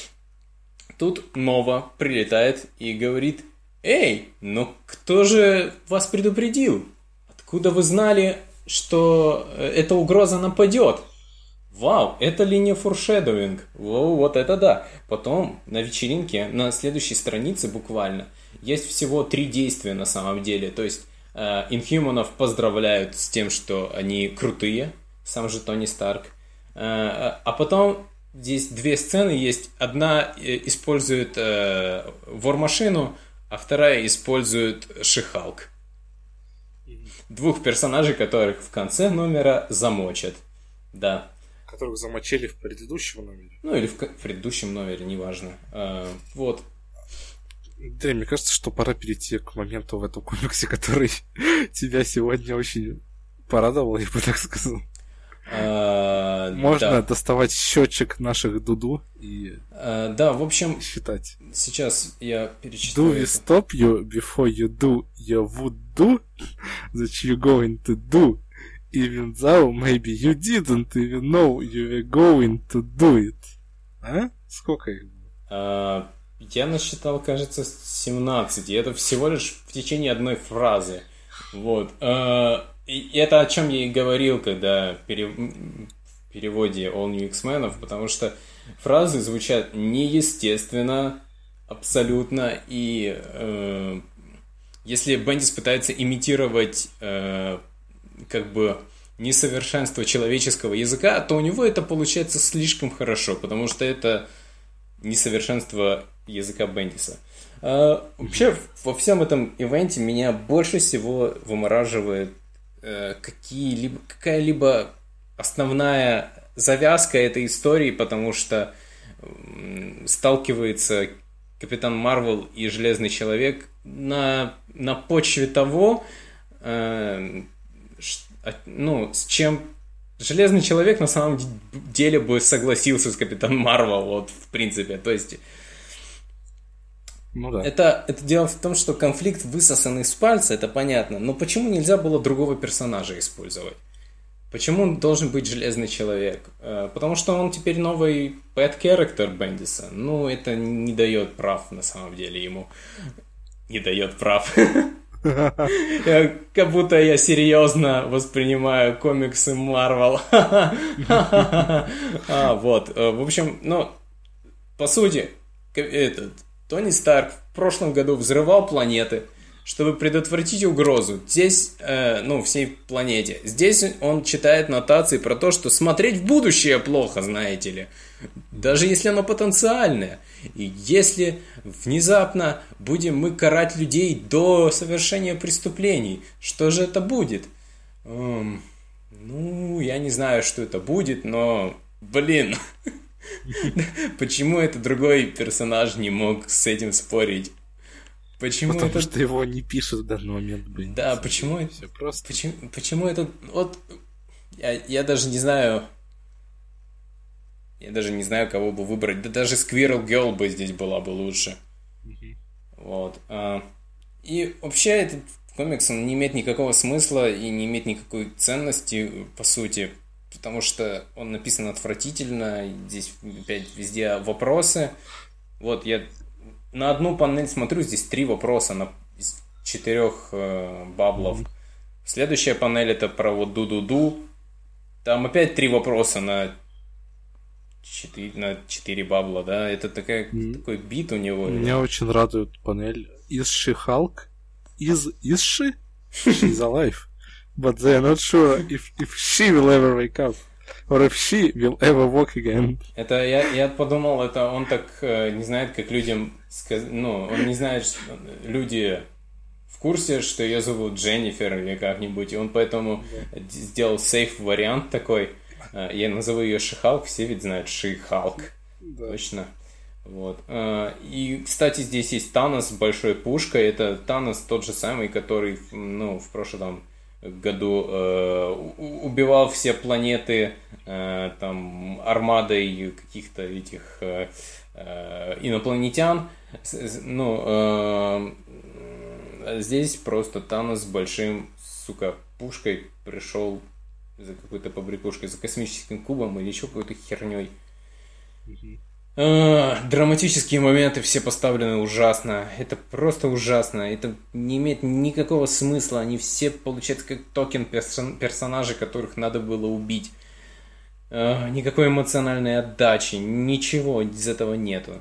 тут Нова прилетает и говорит: «Эй, ну кто же вас предупредил? Откуда вы знали, что эта угроза нападет?» Вау, это линия форшедовинг. Вау, вот это да. Потом на вечеринке, на следующей странице буквально, есть всего 3 действия на самом деле. То есть Инхьюманов поздравляют с тем, что они крутые, сам же Тони Старк. А потом здесь 2 сцены есть. Одна использует Вор-машину, а вторая использует Ши-Халк. 2 персонажей, которых в конце номера замочат. Да. Которых замочили в предыдущем номере. Ну, или в предыдущем номере, неважно. Вот. Да, мне кажется, что пора перейти к моменту в этом комиксе, который тебя сегодня очень порадовал, я бы так сказал. Можно доставать счетчик наших дуду и да, в общем, считать. Сейчас я перечитаю. Do we stop you before you do your voodoo that you're going to do? Even though maybe you didn't even know you were going to do it. А? Сколько их было? Я насчитал, кажется, 17. И это всего лишь в течение одной фразы. Вот. И это о чем я и говорил, когда в переводе All New X-Men, потому что фразы звучат неестественно, абсолютно. И если Бендис пытается имитировать как бы несовершенство человеческого языка, то у него это получается слишком хорошо, потому что это несовершенство языка Бендиса. Вообще, во всем этом ивенте меня больше всего вымораживает какая-либо основная завязка этой истории, потому что сталкивается Капитан Марвел и Железный Человек на почве того, с чем Железный Человек на самом деле бы согласился с Капитаном Марвел, вот, в принципе. То есть, ну да. Это дело в том, что конфликт высосан из пальца, это понятно, но почему нельзя было другого персонажа использовать? Почему он должен быть Железный Человек? Потому что он теперь новый pet character Бендиса. Ну, это не дает прав, на самом деле, ему. Не дает прав. Как будто я серьезно воспринимаю комиксы Марвел. Вот. В общем, по сути, Тони Старк в прошлом году взрывал планеты, чтобы предотвратить угрозу здесь, всей планете. Здесь он читает нотации про то, что смотреть в будущее плохо, знаете ли. Даже если оно потенциальное. И если внезапно будем мы карать людей до совершения преступлений, что же это будет? Я не знаю, что это будет, но, почему этот другой персонаж не мог с этим спорить? Потому что его не пишут в данный момент. Да, почему это? Все просто. Почему это? Вот я даже не знаю. Я даже не знаю, кого бы выбрать. Да даже Squirrel Girl бы здесь была бы лучше. Вот. И вообще этот комикс, он не имеет никакого смысла и не имеет никакой ценности, по сути. Потому что он написан отвратительно. Здесь опять везде вопросы. Вот я на одну панель смотрю, здесь 3 вопроса из 4 баблов. Следующая панель это про вот ду-ду-ду. Там опять 3 вопроса на 4 бабла, да? Это такой бит у него. Меня очень радует панель Is she Hulk? Is she? She's alive. But they are not sure if she will ever wake up. Or if she will ever walk again. Это я подумал, это он так не знает, как людям сказать. Он не знает, что люди в курсе, что ее зовут Дженнифер или как-нибудь, и он поэтому сделал сейф вариант такой. Я назову ее Ши-Халк, все ведь знают Ши-Халк. Да. Точно. Вот. И, кстати, здесь есть Танос с большой пушкой. Это Танос тот же самый, который в прошлом году убивал все планеты там армадой каких-то этих инопланетян. Ну, здесь просто Танос с большим, сука, пушкой пришел за какой-то побрякушкой, за космическим кубом или еще какой-то херней. Драматические моменты все поставлены ужасно. Это просто ужасно. Это не имеет никакого смысла. Они все получаются как токен персонажей, которых надо было убить. Никакой эмоциональной отдачи. Ничего из этого нету.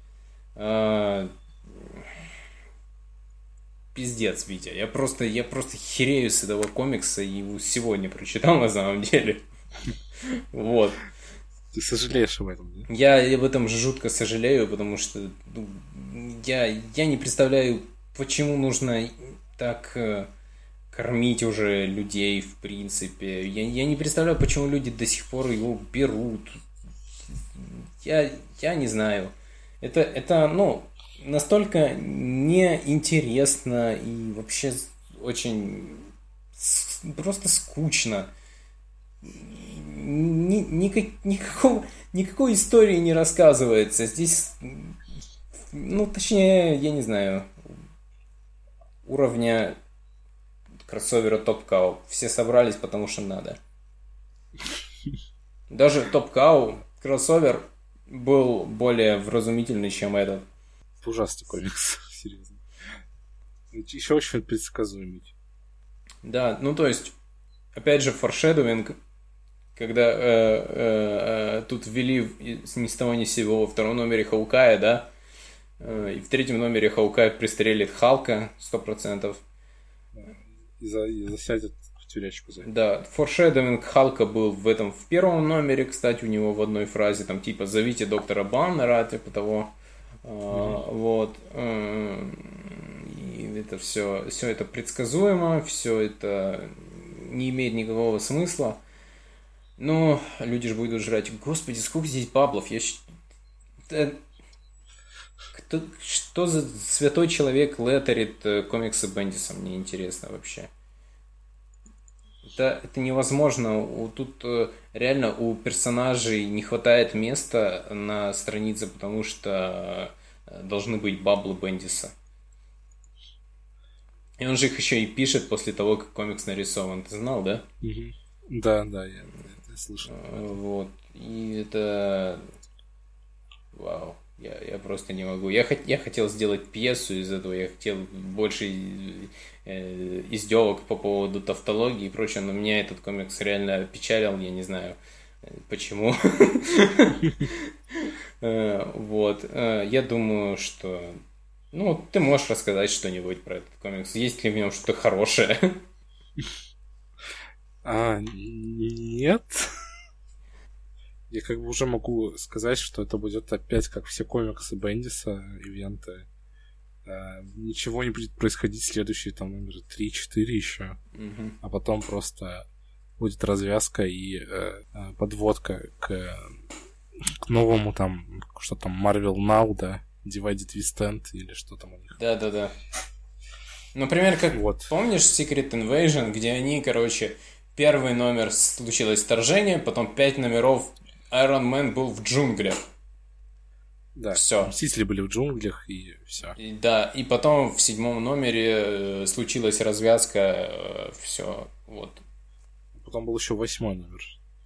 Пиздец, Витя. Я просто херею с этого комикса и его сегодня прочитал на самом деле. Вот. Ты сожалеешь об этом, да? Я об этом жутко сожалею, потому что я не представляю, почему нужно так кормить уже людей, в принципе. Я не представляю, почему люди до сих пор его берут. Я не знаю. Это, ну, настолько неинтересно и вообще очень просто скучно. Никакой истории не рассказывается. Здесь, ну, точнее, я не знаю, уровня кроссовера Top Cow. Все собрались, потому что надо. Даже Top Cow кроссовер был более вразумительный, чем этот. Ужасный комикс, серьезно. Еще очень предсказуемый. Да, ну то есть, опять же, форшедовинг, когда тут ввели ни с того ни с сего во втором номере Хаукая, да, и в третьем номере Хаукай пристрелит Халка 100%. И засядет в тюрячку за это. Да, форшедовинг Халка был в первом номере, кстати, у него в одной фразе, там, типа, зовите доктора Баннера, типа того. Вот. И это все это предсказуемо, все это не имеет никакого смысла. Но люди же будут жрать. Господи, сколько здесь баблов? Что за святой человек леттерит комиксы Бендиса? Мне интересно вообще. Это невозможно. Тут реально у персонажей не хватает места на странице, потому что должны быть баблы Бендиса. И он же их еще и пишет после того, как комикс нарисован. Ты знал, да? Да, я слышал. Вот. И это... Вау. Я просто не могу. Я хотел сделать пьесу из этого, я хотел больше издевок по поводу тавтологии и прочее, но меня этот комикс реально печалил, я не знаю почему. Вот. Я думаю, что... Ну, ты можешь рассказать что-нибудь про этот комикс. Есть ли в нем что-то хорошее? Нет. Я как бы уже могу сказать, что это будет опять, как все комиксы Бендиса, ивенты. Ничего не будет происходить следующие там номеры 3-4 еще. А потом просто будет развязка и подводка к новому там, что там, Marvel Now, да, Divided We Stand или что там у них. Да. Например, как вот. Помнишь Secret Invasion, где они, короче, первый номер случилось вторжение, потом 5 номеров Iron Man был в джунглях. Да, все. Мстители были в джунглях и все. Да, и потом в 7 номере случилась развязка, все, вот. Потом был еще 8 номер.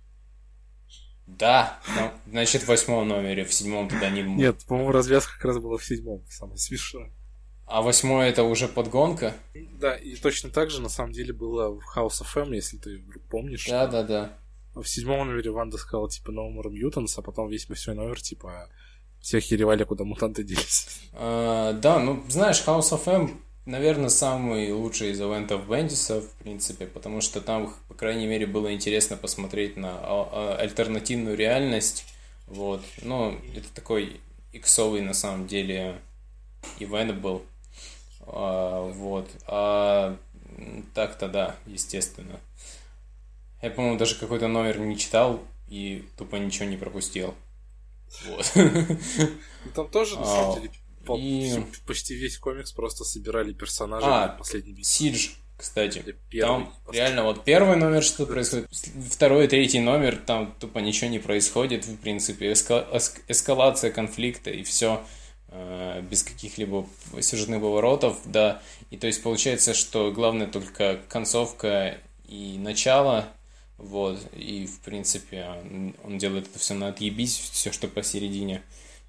Да, значит, в 8 номере, в 7 тогда не... Нет, по-моему, развязка как раз была в 7, самое смешное. А 8 это уже подгонка? Да, и точно так же, на самом деле, было в House of M, если ты вдруг помнишь. Да. В 7 номере Ванда сказала, типа, No More Mutants, а потом весь 8 номер, типа, все охеревали, куда мутанты делись. Да, ну, знаешь, House of M, наверное, самый лучший из ивентов Бендиса, в принципе, потому что там, по крайней мере, было интересно посмотреть на альтернативную реальность. Вот. Ну, это такой иксовый, на самом деле, ивент был. Вот. Так-то да, естественно. Я, по-моему, даже какой-то номер не читал и тупо ничего не пропустил. Вот. Там тоже, на самом деле, почти весь комикс просто собирали персонажей на последний бит. Сидж. Кстати, там реально вот первый номер что происходит, второй, третий номер, там тупо ничего не происходит, в принципе, эскалация конфликта и все без каких-либо сюжетных поворотов, да, и то есть получается, что главное только концовка и начало, вот, и в принципе он делает это все на отъебись, все, что посередине,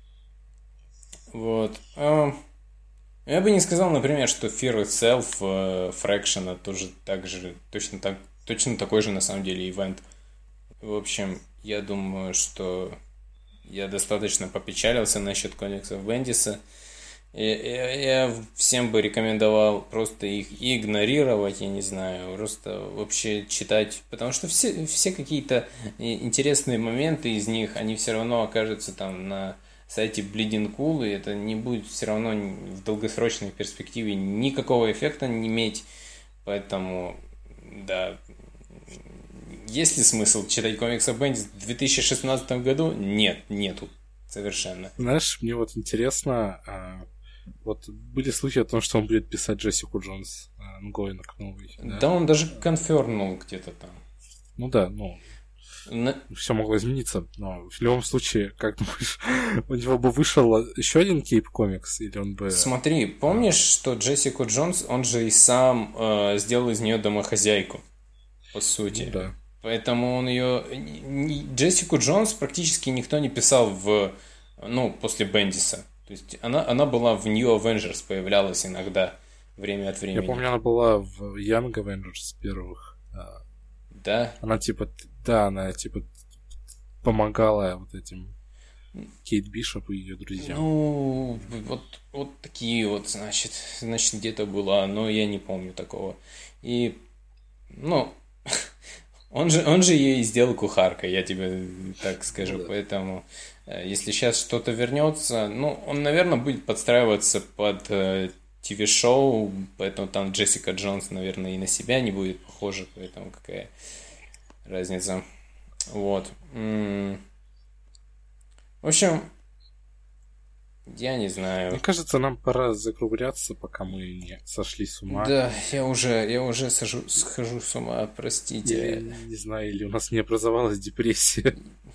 вот. Я бы не сказал, например, что Fear Itself Fraction тоже так же, точно такой же на самом деле ивент. В общем, я думаю, что я достаточно попечалился насчет комиксов Бендиса. Я всем бы рекомендовал просто их игнорировать, я не знаю, просто вообще читать, потому что все какие-то интересные моменты из них, они все равно окажутся там на сайте Bleeding Cool, и это не будет все равно в долгосрочной перспективе никакого эффекта не иметь, поэтому, да, есть ли смысл читать комиксы Бендис в 2016 году? Нет, нету, совершенно. Знаешь, мне вот интересно, вот были слухи о том, что он будет писать Джессику Джонс, ангоинг новый. Да, он даже конфернул где-то там. Ну да, все могло измениться, но в любом случае, как думаешь, у него бы вышел еще один Кейп комикс, или он бы... Смотри, помнишь, что Джессику Джонс, он же и сам сделал из нее домохозяйку, по сути. Ну, да. Поэтому он ее... Джессику Джонс практически никто не писал после Бендиса. То есть она была в New Avengers, появлялась иногда, время от времени. Я помню, она была в Young Avengers первых. Да? Она помогала вот этим Кейт Бишоп и ее друзьям. Ну, вот такие вот, значит, где-то была, но я не помню такого. И, он же ее и сделал кухаркой, я тебе так скажу, да. Поэтому, если сейчас что-то вернется, он, наверное, будет подстраиваться под ТВ-шоу, поэтому там Джессика Джонс, наверное, и на себя не будет похожа, поэтому какая разница. Вот. В общем, я не знаю. Мне кажется, нам пора закругляться, пока мы не сошли с ума. Да, я уже схожу с ума, простите. Я не знаю, или у нас не образовалась депрессия.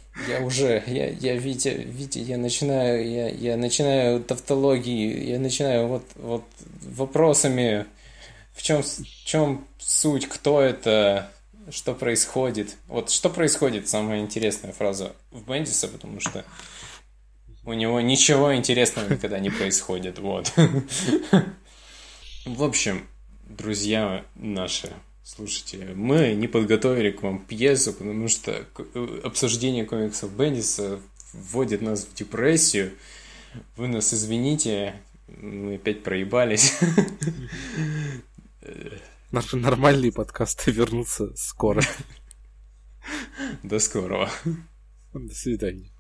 Витя, я начинаю тавтологии, я начинаю вот вопросами, в чем суть, кто это, что происходит. Вот что происходит, самая интересная фраза в Бендиса, потому что у него ничего интересного никогда не происходит, вот. В общем, друзья наши, слушайте, мы не подготовили к вам пьесу, потому что обсуждение комиксов Бендиса вводит нас в депрессию. Вы нас извините, мы опять проебались. Наши нормальные подкасты вернутся скоро. До скорого. До свидания.